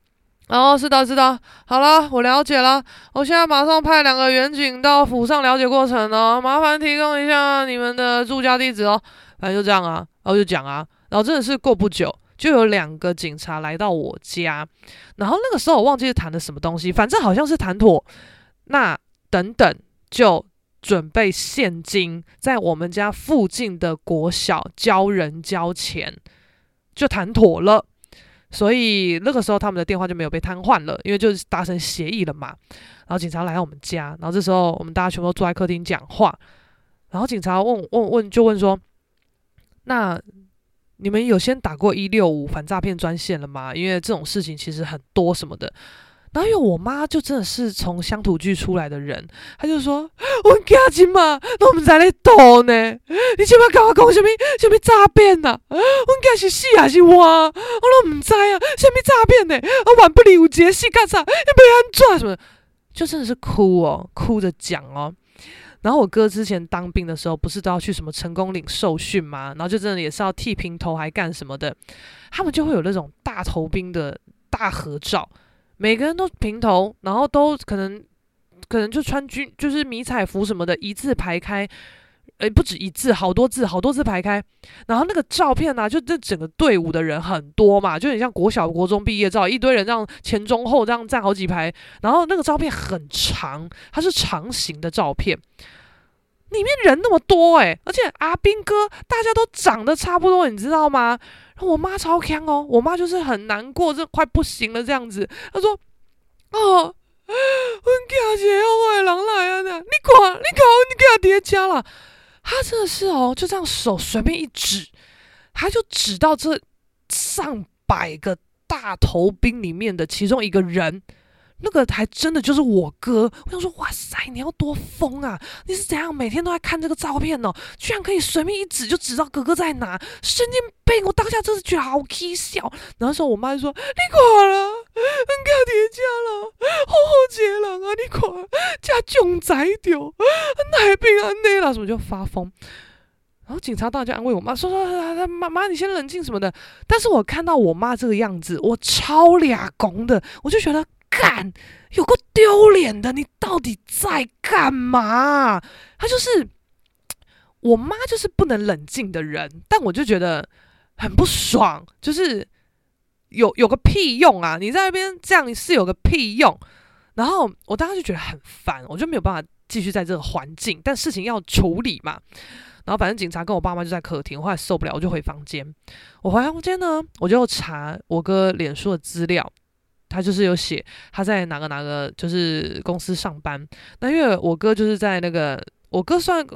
哦，是的，是的，好了，我了解了。我现在马上派2个员警到府上了解过程哦，麻烦提供一下你们的住家地址哦。反正就这样啊，然后就讲啊，然后真的是过不久，就有2个警察来到我家，然后那个时候我忘记是谈的什么东西，反正好像是谈妥，那等等就准备现金在我们家附近的国小交人交钱，就谈妥了。所以那个时候他们的电话就没有被瘫痪了，因为就是达成协议了嘛。然后警察来到我们家，然后这时候我们大家全部都坐在客厅讲话，然后警察问说：那你们有先打过165反诈骗专线了吗？因为这种事情其实很多什么的。然后因为我妈就真的是从乡土剧出来的人，她就说：我惊紧嘛，那我们在咧赌呢，你现在跟我讲什么诈骗呐？我惊是死还是活？我都唔知啊，什么诈骗呢？我晚不离有节死干啥？你被安怎什么？就真的是哭哦，哭着讲哦。然后我哥之前当兵的时候，不是都要去什么成功岭受训吗？然后就真的也是要剃平头还干什么的，他们就会有那种大头兵的大合照。每个人都平头，然后都可能就穿就是迷彩服什么的，一字排开，不止一字，好多字排开。然后那个照片啊，就这整个队伍的人很多嘛，就很像国小国中毕业照，一堆人这样前中后这样站好几排，然后那个照片很长，它是长形的照片。里面人那么多而且阿兵哥大家都长得差不多，你知道吗？我妈超强哦，我妈就是很难过，这快不行了这样子。她说：哦，阮囝是后的人来啊，你看，阮囝伫家啦。她真的是哦，就这样手随便一指，她就指到这上百个大头兵里面的其中一个人。那个还真的就是我哥，我想说，哇塞，你要多疯啊！你是怎样每天都在看这个照片哦？居然可以随便一指就指到哥哥在哪，神经病！我当下真是觉得好气笑。然后说，我妈就说：“你看啦，人家伫家啦，好一个人啊！你看，这重灾着，哪会变安尼啦？”什么就发疯。然后警察当然就安慰我妈说：“妈，你先冷静什么的。”但是我看到我妈这个样子，我超俩公的，我就觉得。干，有够丢脸的！你到底在干嘛？他就是我妈，就是不能冷静的人，但我就觉得很不爽，就是有个屁用啊！你在那边这样是有个屁用。然后我当时就觉得很烦，我就没有办法继续在这个环境，但事情要处理嘛。然后反正警察跟我爸妈就在客厅，我后来受不了，我就回房间。我回房间呢，我就查我哥脸书的资料。他就是有写他在哪个就是公司上班。那因为我哥就是在那个，我哥算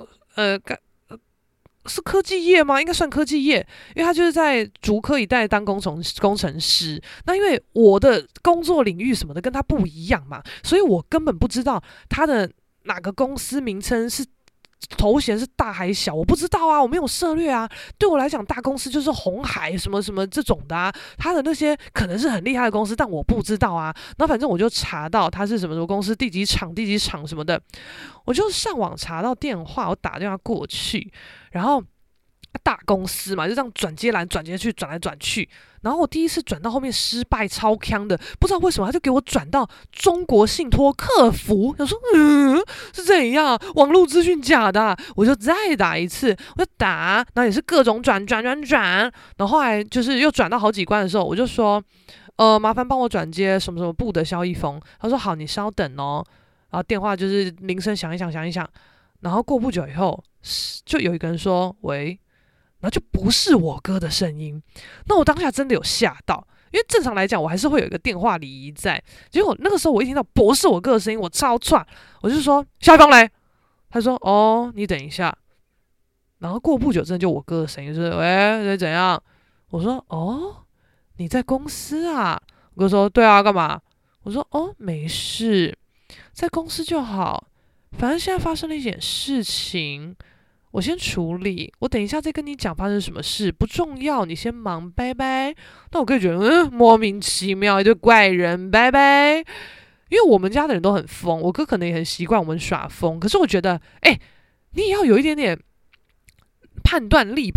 是科技业吗？应该算科技业，因为他就是在竹科一带当工程师。那因为我的工作领域什么的跟他不一样嘛，所以我根本不知道他的哪个公司名称是。头衔是大还小，我不知道啊，我没有涉猎啊。对我来讲，大公司就是鸿海什么什么这种的啊，他的那些可能是很厉害的公司，但我不知道啊。然后反正我就查到他是什么公司，第几厂什么的，我就上网查到电话，我打电话过去，然后大公司嘛，就这样转接来转接去，转来转去。然后我第一次转到后面失败，超呛的，不知道为什么他就给我转到中国信托客服，我说是怎样？网络资讯假的我就再打一次，我就打，然后也是各种转，然后后来就是又转到好几关的时候，我就说麻烦帮我转接什么什么部的萧一峰。他说好，你稍等哦。然后电话就是铃声响一响，然后过不久以后，就有一个人说喂。然后就不是我哥的声音，那我当下真的有吓到，因为正常来讲我还是会有一个电话礼仪在。结果那个时候我一听到不是我哥的声音，我超串，我就说夏一峰来，他说哦你等一下，然后过不久真的就我哥的声音，就是喂怎样？我说哦你在公司啊？我哥说对啊，干嘛？我说哦没事，在公司就好，反正现在发生了一点事情。我先处理，我等一下再跟你讲发生什么事，不重要，你先忙，拜拜。那我哥觉得莫名其妙，一堆怪人，拜拜。因为我们家的人都很疯，我哥可能也很习惯我们耍疯，可是我觉得，你也要有一点点判断力吧。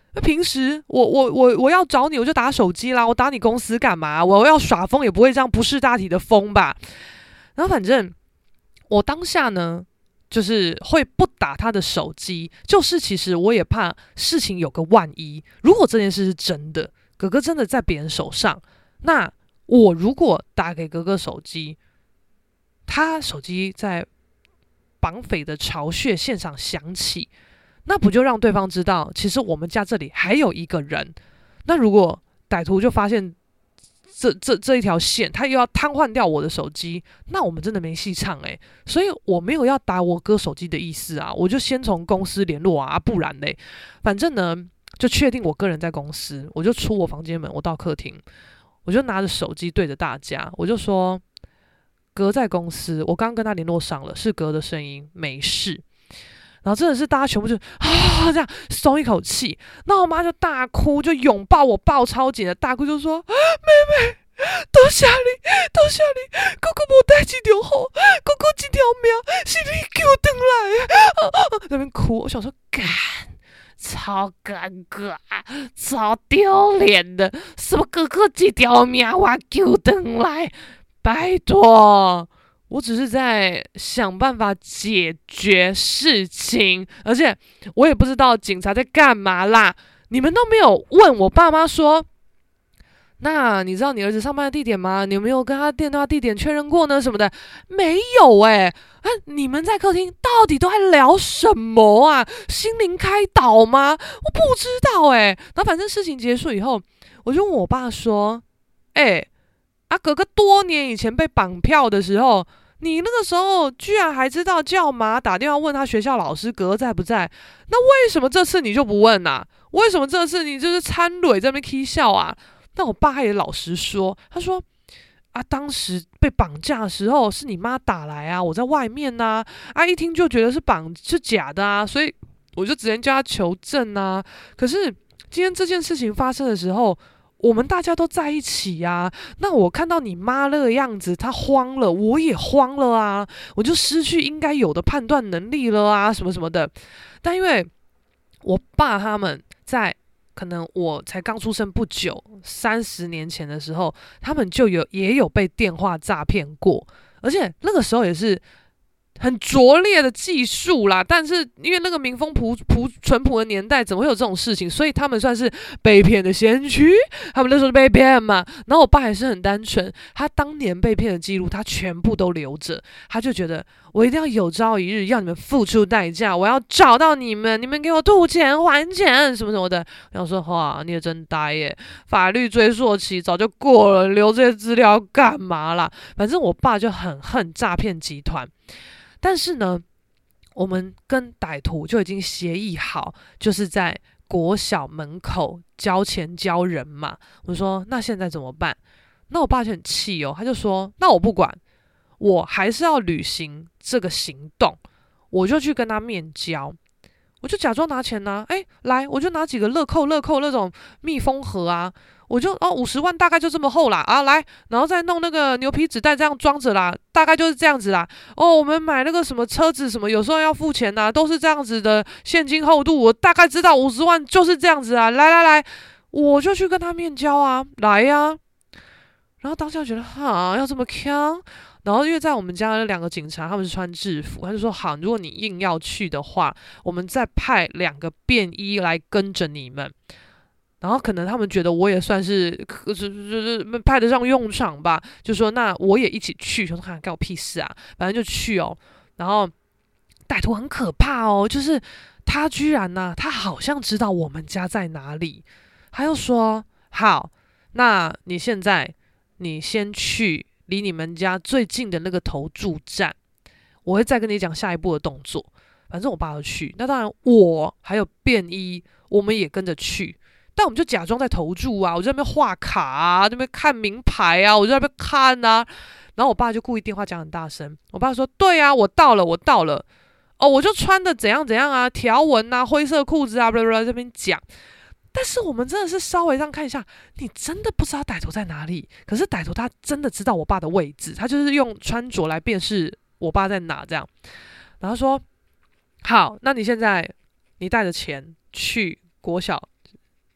那平时我要找你，我就打手机啦，我打你公司干嘛？我要耍疯也不会这样不识大体的疯吧？然后反正我当下呢，就是会不打他的手机，就是其实我也怕事情有个万一，如果这件事是真的，哥哥真的在别人手上，那我如果打给哥哥手机，他手机在绑匪的巢穴线上响起，那不就让对方知道，其实我们家这里还有一个人。那如果歹徒就发现这一条线，他又要瘫痪掉我的手机，那我们真的没戏唱欸。所以我没有要打我哥手机的意思啊，我就先从公司联络啊，不然嘞，反正呢就确定我个人在公司，我就出我房间门，我到客厅，我就拿着手机对着大家，我就说哥在公司，我刚刚跟他联络上了，是哥的声音，没事。然后真的是大家全部就这样松一口气，那我妈就大哭，就拥抱我，抱超紧的大哭，就说妹妹多谢你，多谢你，哥哥无代志就好，哥哥这条命是你救回来的，那边哭，我想说干。超尴尬，超丢脸的！什么哥哥这条命我救回来？拜托！我只是在想办法解决事情，而且我也不知道警察在干嘛啦。你们都没有问我爸妈说，那你知道你儿子上班的地点吗？你有没有跟他电话地点确认过呢？什么的，没有欸。你们在客厅到底都在聊什么啊？心灵开导吗？我不知道欸。然后反正事情结束以后，我就问我爸说，哥哥多年以前被绑票的时候，你那个时候居然还知道叫妈打电话问他学校老师哥在不在，那为什么这次你就不问啊？为什么这次你就是掺蕊在那边起笑啊？那我爸也老实说，他说当时被绑架的时候是你妈打来啊，我在外面啊，一听就觉得是假的啊，所以我就直接叫他求证啊。可是今天这件事情发生的时候，我们大家都在一起啊，那我看到你妈那个样子，她慌了，我也慌了啊，我就失去应该有的判断能力了啊，什么什么的。但因为我爸他们在可能我才刚出生不久，30年前的时候，他们也有被电话诈骗过，而且那个时候也是很拙劣的技术啦，但是因为那个民风淳朴的年代，怎么会有这种事情？所以他们算是被骗的先驱，他们那时候被骗嘛。然后我爸还是很单纯，他当年被骗的记录，他全部都留着，他就觉得我一定要有朝一日要你们付出代价，我要找到你们，你们给我吐钱还钱什么什么的。然后说哇，你也真呆耶，法律追溯期早就过了，留这些资料干嘛啦？反正我爸就很恨诈骗集团。但是呢，我们跟歹徒就已经协议好，就是在国小门口交钱交人嘛。我说那现在怎么办？那我爸就很气哦，他就说那我不管，我还是要履行这个行动，我就去跟他面交。我就假装拿钱啊，来，我就拿几个乐扣那种密封盒啊，我就50万大概就这么厚啦啊，来，然后再弄那个牛皮纸袋这样装着啦，大概就是这样子啦。我们买那个什么车子什么，有时候要付钱呐，都是这样子的现金厚度，我大概知道50万就是这样子啊，来，我就去跟他面交啊，来呀。然后当下觉得要这么强。然后因为在我们家的2个警察他们是穿制服，他就说好，如果你硬要去的话，我们再派2个便衣来跟着你们。然后可能他们觉得我也算是就是派得上用场吧，就说那我也一起去。我说干我屁事啊，反正就去哦。然后歹徒很可怕哦，就是他居然他好像知道我们家在哪里，他又说好，那你现在你先去离你们家最近的那个投注站，我会再跟你讲下一步的动作。反正我爸要去，那当然我还有便衣，我们也跟着去。但我们就假装在投注啊，我就在那边画卡啊，那边看名牌啊，我就在那边看啊。然后我爸就故意电话讲很大声，我爸说对啊，我到了。我就穿的怎样啊，条纹啊，灰色裤子啊，这边讲。但是我们真的是稍微这样看一下，你真的不知道歹徒在哪里。可是歹徒他真的知道我爸的位置，他就是用穿着来辨识我爸在哪这样。然后说好，那你现在你带着钱去国小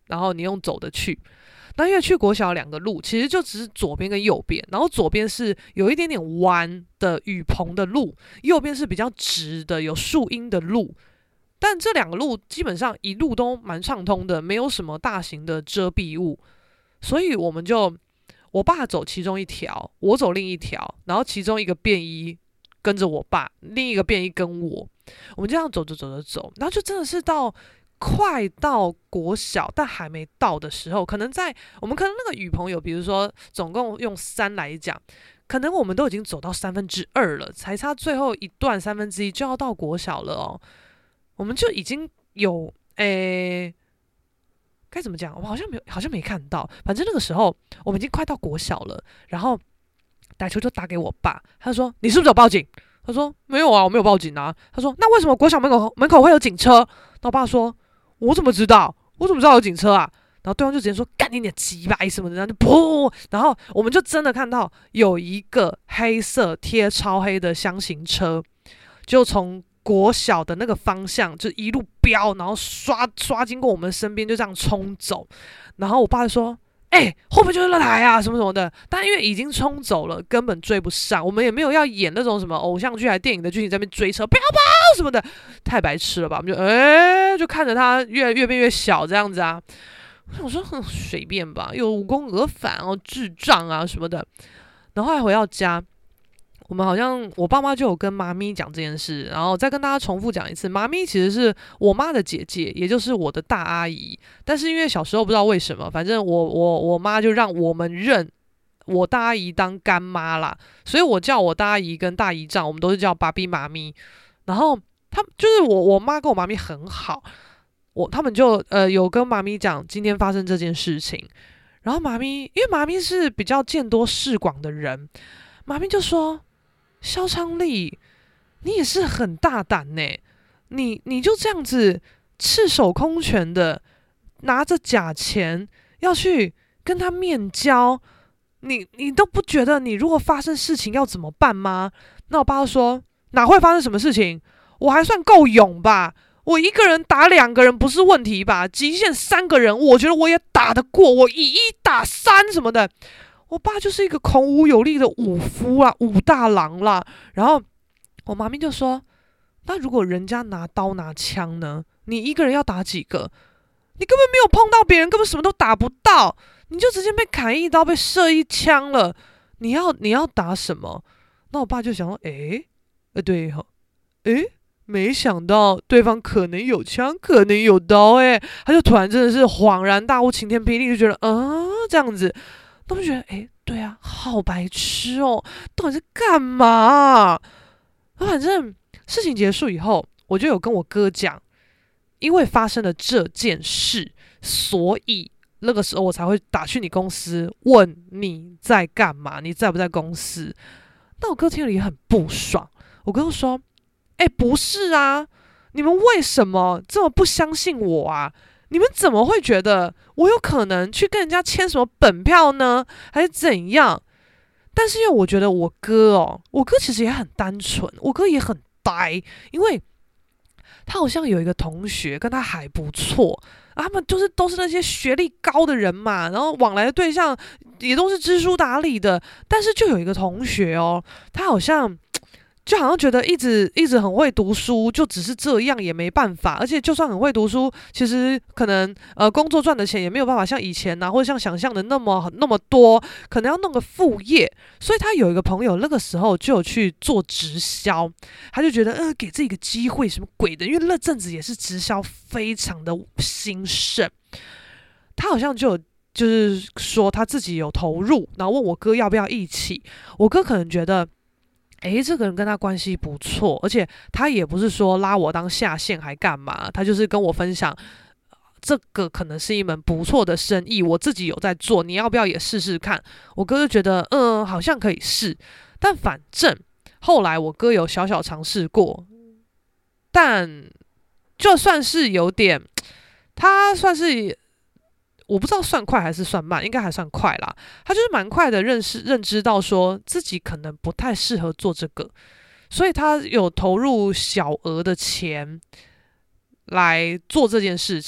然后你用走的去。那因为去国小2个路，其实就只是左边跟右边，然后左边是有一点点弯的雨棚的路，右边是比较直的有树荫的路。但这2个路基本上一路都蛮畅通的，没有什么大型的遮蔽物，所以我爸走其中一条，我走另一条，然后其中一个便衣跟着我爸，另一个便衣跟我们这样走，然后就真的是快到国小，但还没到的时候，可能我们那个雨棚有，比如说总共用3来讲，可能我们都已经走到2/3了，才差最后一段1/3就要到国小了哦。我们就已经有该怎么讲？我好像没看到。反正那个时候我们已经快到国小了，然后打球就打给我爸，他就说：“你是不是有报警？”他说：“没有啊，我没有报警啊。”他说：“那为什么国小门口会有警车？”那我爸说：“我怎么知道？我怎么知道有警车啊？”然后对方就直接说：“干你鸡巴什么的。”然后就噗，然后我们就真的看到有一个黑色贴超黑的箱型车，就从国小的那个方向就一路飙，然后刷经过我们身边，就这样冲走。然后我爸就说：“后面就是那台啊，什么什么的。”但因为已经冲走了，根本追不上。我们也没有要演那种什么偶像剧还电影的剧情，在那边追车，不要跑什么的，太白痴了吧？我们就看着他越变越小这样子啊。我说随便吧，有武功而返哦，智障啊什么的。然后后来回到家。我爸妈就有跟妈咪讲这件事，然后再跟大家重复讲一次。妈咪其实是我妈的姐姐，也就是我的大阿姨。但是因为小时候不知道为什么，反正我妈就让我们认我大阿姨当干妈啦，所以我叫我大阿姨跟大姨丈，我们都是叫爸比妈咪。然后他就是我妈跟我妈咪很好，他们就有跟妈咪讲今天发生这件事情。然后因为妈咪是比较见多识广的人，妈咪就说。萧昌利，你也是很大胆呢，你就这样子赤手空拳的拿着假钱要去跟他面交，你都不觉得你如果发生事情要怎么办吗？那我爸就说哪会发生什么事情？我还算够勇吧，我一个人打2个人不是问题吧？极限3个人，我觉得我也打得过，我以1打3什么的。我爸就是一个孔武有力的武夫啊，武大郎啦。然后我妈咪就说：“那如果人家拿刀拿枪呢？你一个人要打几个？你根本没有碰到别人，根本什么都打不到，你就直接被砍1刀，被射1枪了。你要打什么？”那我爸就想说：“对哈，没想到对方可能有枪，可能有刀，他就突然真的是恍然大悟，晴天霹雳，就觉得这样子。”他们觉得对啊，好白痴哦，到底是干嘛反正事情结束以后，我就有跟我哥讲，因为发生了这件事，所以那个时候我才会打去你公司问你在干嘛，你在不在公司。但我哥听了也很不爽，我哥说：“不是啊，你们为什么这么不相信我啊？你们怎么会觉得我有可能去跟人家签什么本票呢？还是怎样？”但是因为我觉得我哥其实也很单纯，我哥也很呆，因为他好像有一个同学跟他还不错，他们都是那些学历高的人嘛，然后往来的对象也都是知书达理的。但是就有一个同学他好像觉得一直很会读书，就只是这样也没办法。而且就算很会读书，其实可能工作赚的钱也没有办法像以前或者像想象的那么多，可能要弄个副业。所以他有一个朋友那个时候就有去做直销，他就觉得给自己一个机会什么鬼的，因为那阵子也是直销非常的兴盛。他好像就是说他自己有投入，然后问我哥要不要一起。我哥可能觉得这个人跟他关系不错，而且他也不是说拉我当下线还干嘛，他就是跟我分享这个可能是一门不错的生意，我自己有在做，你要不要也试试看？我哥就觉得好像可以试。但反正后来我哥有小尝试过，但就算是有点，他算是我不知道算快还是算慢，应该还算快啦。他就是蛮快的认知到说自己可能不太适合做这个，所以他有投入小额的钱来做这件事情。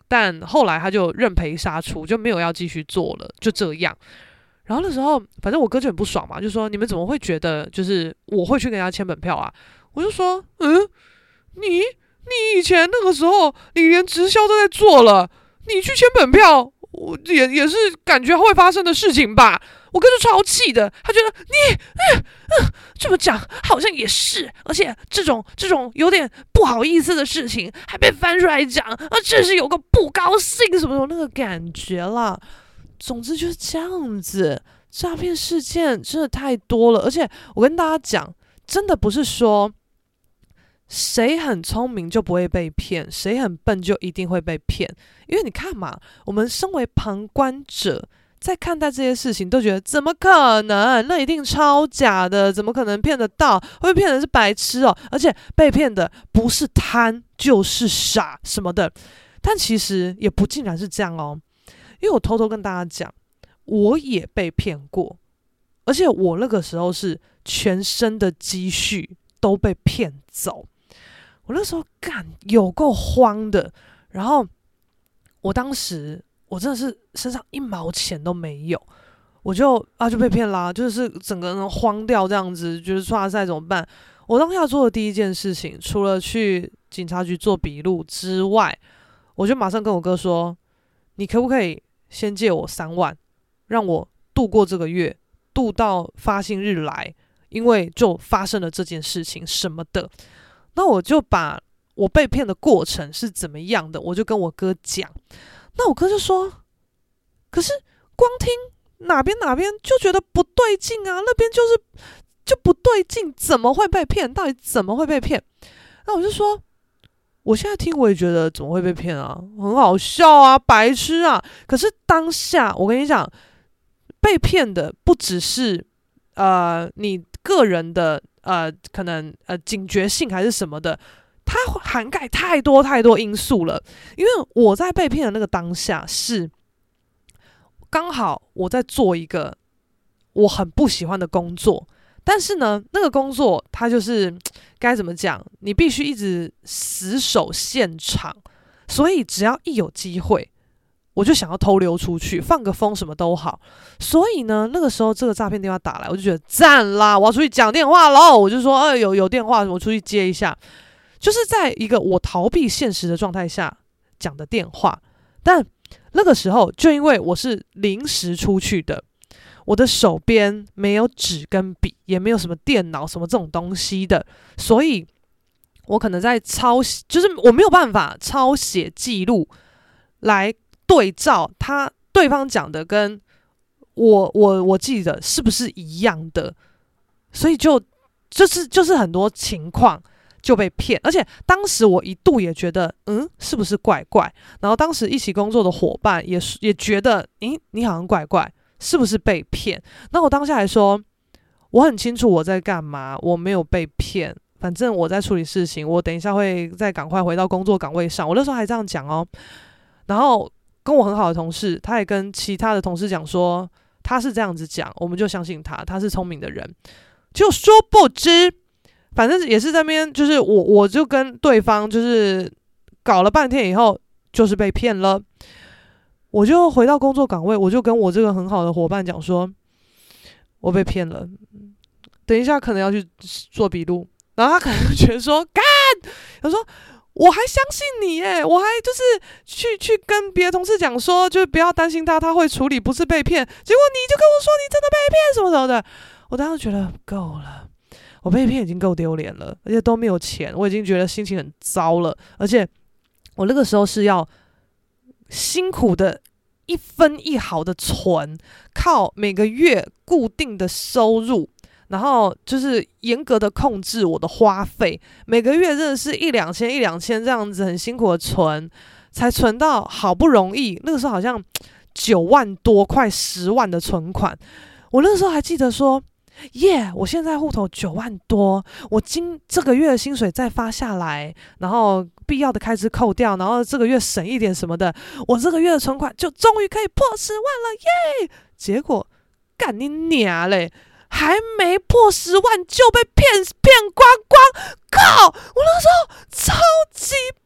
但后来他就认赔杀出，就没有要继续做了，就这样。然后那时候反正我哥就很不爽嘛，就说你们怎么会觉得就是我会去跟人家签本票啊？我就说你以前那个时候你连直销都在做了，你去签本票也是感觉会发生的事情吧。我哥就超气的，他觉得你这么讲好像也是，而且这种有点不好意思的事情还被翻出来讲，这是有个不高兴什么那个感觉啦。总之就是这样子，诈骗事件真的太多了，而且我跟大家讲，真的不是说谁很聪明就不会被骗，谁很笨就一定会被骗。因为你看嘛，我们身为旁观者在看待这些事情都觉得怎么可能，那一定超假的，怎么可能骗得到，会被骗的是白痴哦，而且被骗的不是贪就是傻什么的。但其实也不尽然是这样哦，因为我偷偷跟大家讲，我也被骗过，而且我那个时候是全身的积蓄都被骗走。我那时候有够慌的，然后我当时我真的是身上1毛钱都没有，我就被骗啦，就是整个人慌掉这样子，觉得剉赛怎么办？我当下做的第一件事情，除了去警察局做笔录之外，我就马上跟我哥说，你可不可以先借我3万，让我度过这个月，度到发薪日来，因为就发生了这件事情什么的。那我就把我被骗的过程是怎么样的，我就跟我哥讲。那我哥就说，可是光听哪边就觉得不对劲啊，那边就不对劲，怎么会被骗？到底怎么会被骗？那我就说，我现在听我也觉得怎么会被骗啊，很好笑啊，白痴啊。可是当下我跟你讲，被骗的不只是你个人的可能警觉性还是什么的，它涵盖太多因素了。因为我在被骗的那个当下是刚好我在做一个我很不喜欢的工作，但是呢，那个工作它就是该怎么讲，你必须一直死守现场，所以只要一有机会，我就想要偷溜出去，放个风什么都好。所以呢，那个时候这个诈骗电话打来，我就觉得赞啦，我要出去讲电话咯。我就说，有电话，我出去接一下。就是在一个我逃避现实的状态下讲的电话。但那个时候，就因为我是临时出去的，我的手边没有纸跟笔，也没有什么电脑什么这种东西的，所以我可能在就是我没有办法抄写记录来对照对方讲的跟我记得是不是一样的，所以就是很多情况就被骗。而且当时我一度也觉得是不是怪怪，然后当时一起工作的伙伴也觉得你好像怪怪，是不是被骗？那我当下还说，我很清楚我在干嘛，我没有被骗，反正我在处理事情，我等一下会再赶快回到工作岗位上。我那时候还这样讲哦。然后跟我很好的同事，他也跟其他的同事讲说，他是这样子讲，我们就相信他是聪明的人。就殊不知，反正也是在那边，就是我就跟对方就是搞了半天以后，就是被骗了。我就回到工作岗位，我就跟我这个很好的伙伴讲说，我被骗了，等一下可能要去做笔录。然后他可能就觉得说，他说我还相信你耶，我还就是去跟别的同事讲说，就是不要担心他会处理，不是被骗。结果你就跟我说你真的被骗什么什么的。我当时觉得够了，我被骗已经够丢脸了，而且都没有钱，我已经觉得心情很糟了。而且我那个时候是要辛苦的1分1毫的存，靠每个月固定的收入，然后就是严格的控制我的花费，每个月真的是1-2千这样子很辛苦的存，才存到好不容易那个时候好像9万多快10万的存款。我那个时候还记得说，我现在户头9万多，我这个月的薪水再发下来，然后必要的开支扣掉，然后这个月省一点什么的，我这个月的存款就终于可以破10万了耶！结果干你娘嘞，还没破10万就被骗光光，靠！我那时候超级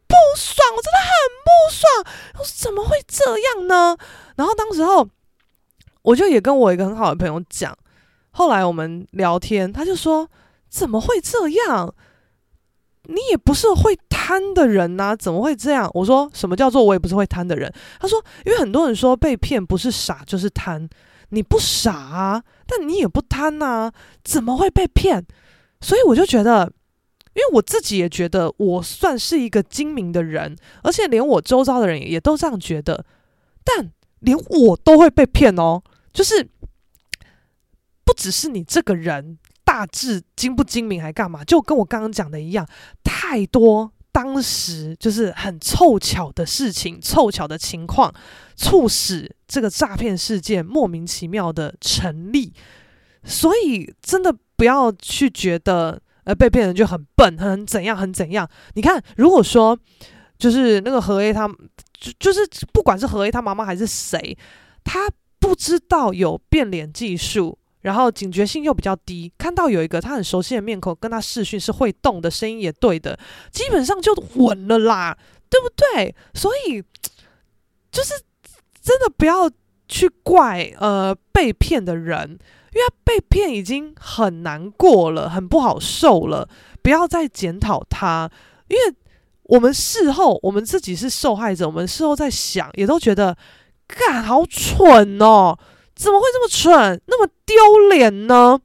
不爽，我真的很不爽。我说怎么会这样呢？然后当时候我就也跟我一个很好的朋友讲，后来我们聊天，他就说怎么会这样？你也不是会贪的人啊，怎么会这样？我说什么叫做我也不是会贪的人？他说因为很多人说被骗不是傻就是贪，你不傻啊，但你也不贪啊，怎么会被骗？所以我就觉得，因为我自己也觉得我算是一个精明的人，而且连我周遭的人也都这样觉得，但连我都会被骗哦，就是不只是你这个人大致精不精明还干嘛，就跟我刚刚讲的一样，太多当时就是很凑巧的事情，凑巧的情况，促使这个诈骗事件莫名其妙的成立。所以真的不要去觉得被骗人就很笨，很怎样很怎样。你看，如果说就是那个何 A 他就是不管是何 A 他妈妈还是谁，他不知道有变脸技术，然后警觉性又比较低，看到有一个他很熟悉的面孔跟他视讯是会动的，声音也对的，基本上就稳了啦，对不对？所以就是真的不要去怪被骗的人，因为他被骗已经很难过了，很不好受了，不要再检讨他，因为我们事后我们自己是受害者，我们事后在想也都觉得干好蠢哦，怎么会这么蠢，那么丢脸呢？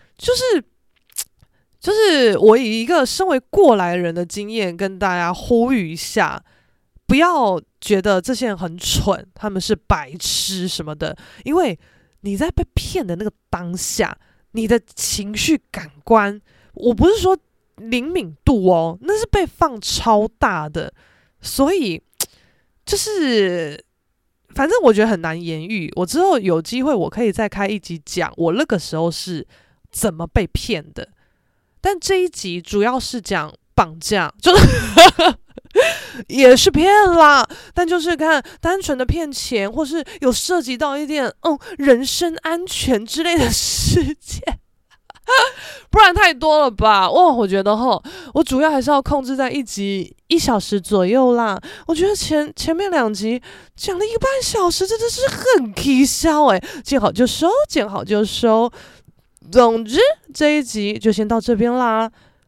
就是我以一个身为过来人的经验跟大家呼吁一下，不要觉得这些人很蠢，他们是白痴什么的，因为你在被骗的那个当下，你的情绪感官，我不是说灵敏度哦，那是被放超大的，所以就是反正我觉得很难言喻。我之后有机会，我可以再开一集讲我那个时候是怎么被骗的。但这一集主要是讲绑架，就是也是骗啦，但就是看单纯的骗钱，或是有涉及到一点人身安全之类的事件。不然太多了吧？我觉得我主要还是要控制在一集1小时左右啦。我觉得前面2集讲了1个半小时，真的是很起笑见好就收，见好就收。总之这一集就先到这边啦，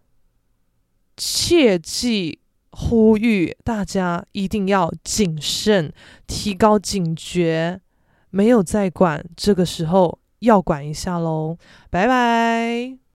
切记呼吁大家一定要谨慎，提高警觉，没有在管，这个时候要管一下咯。拜拜。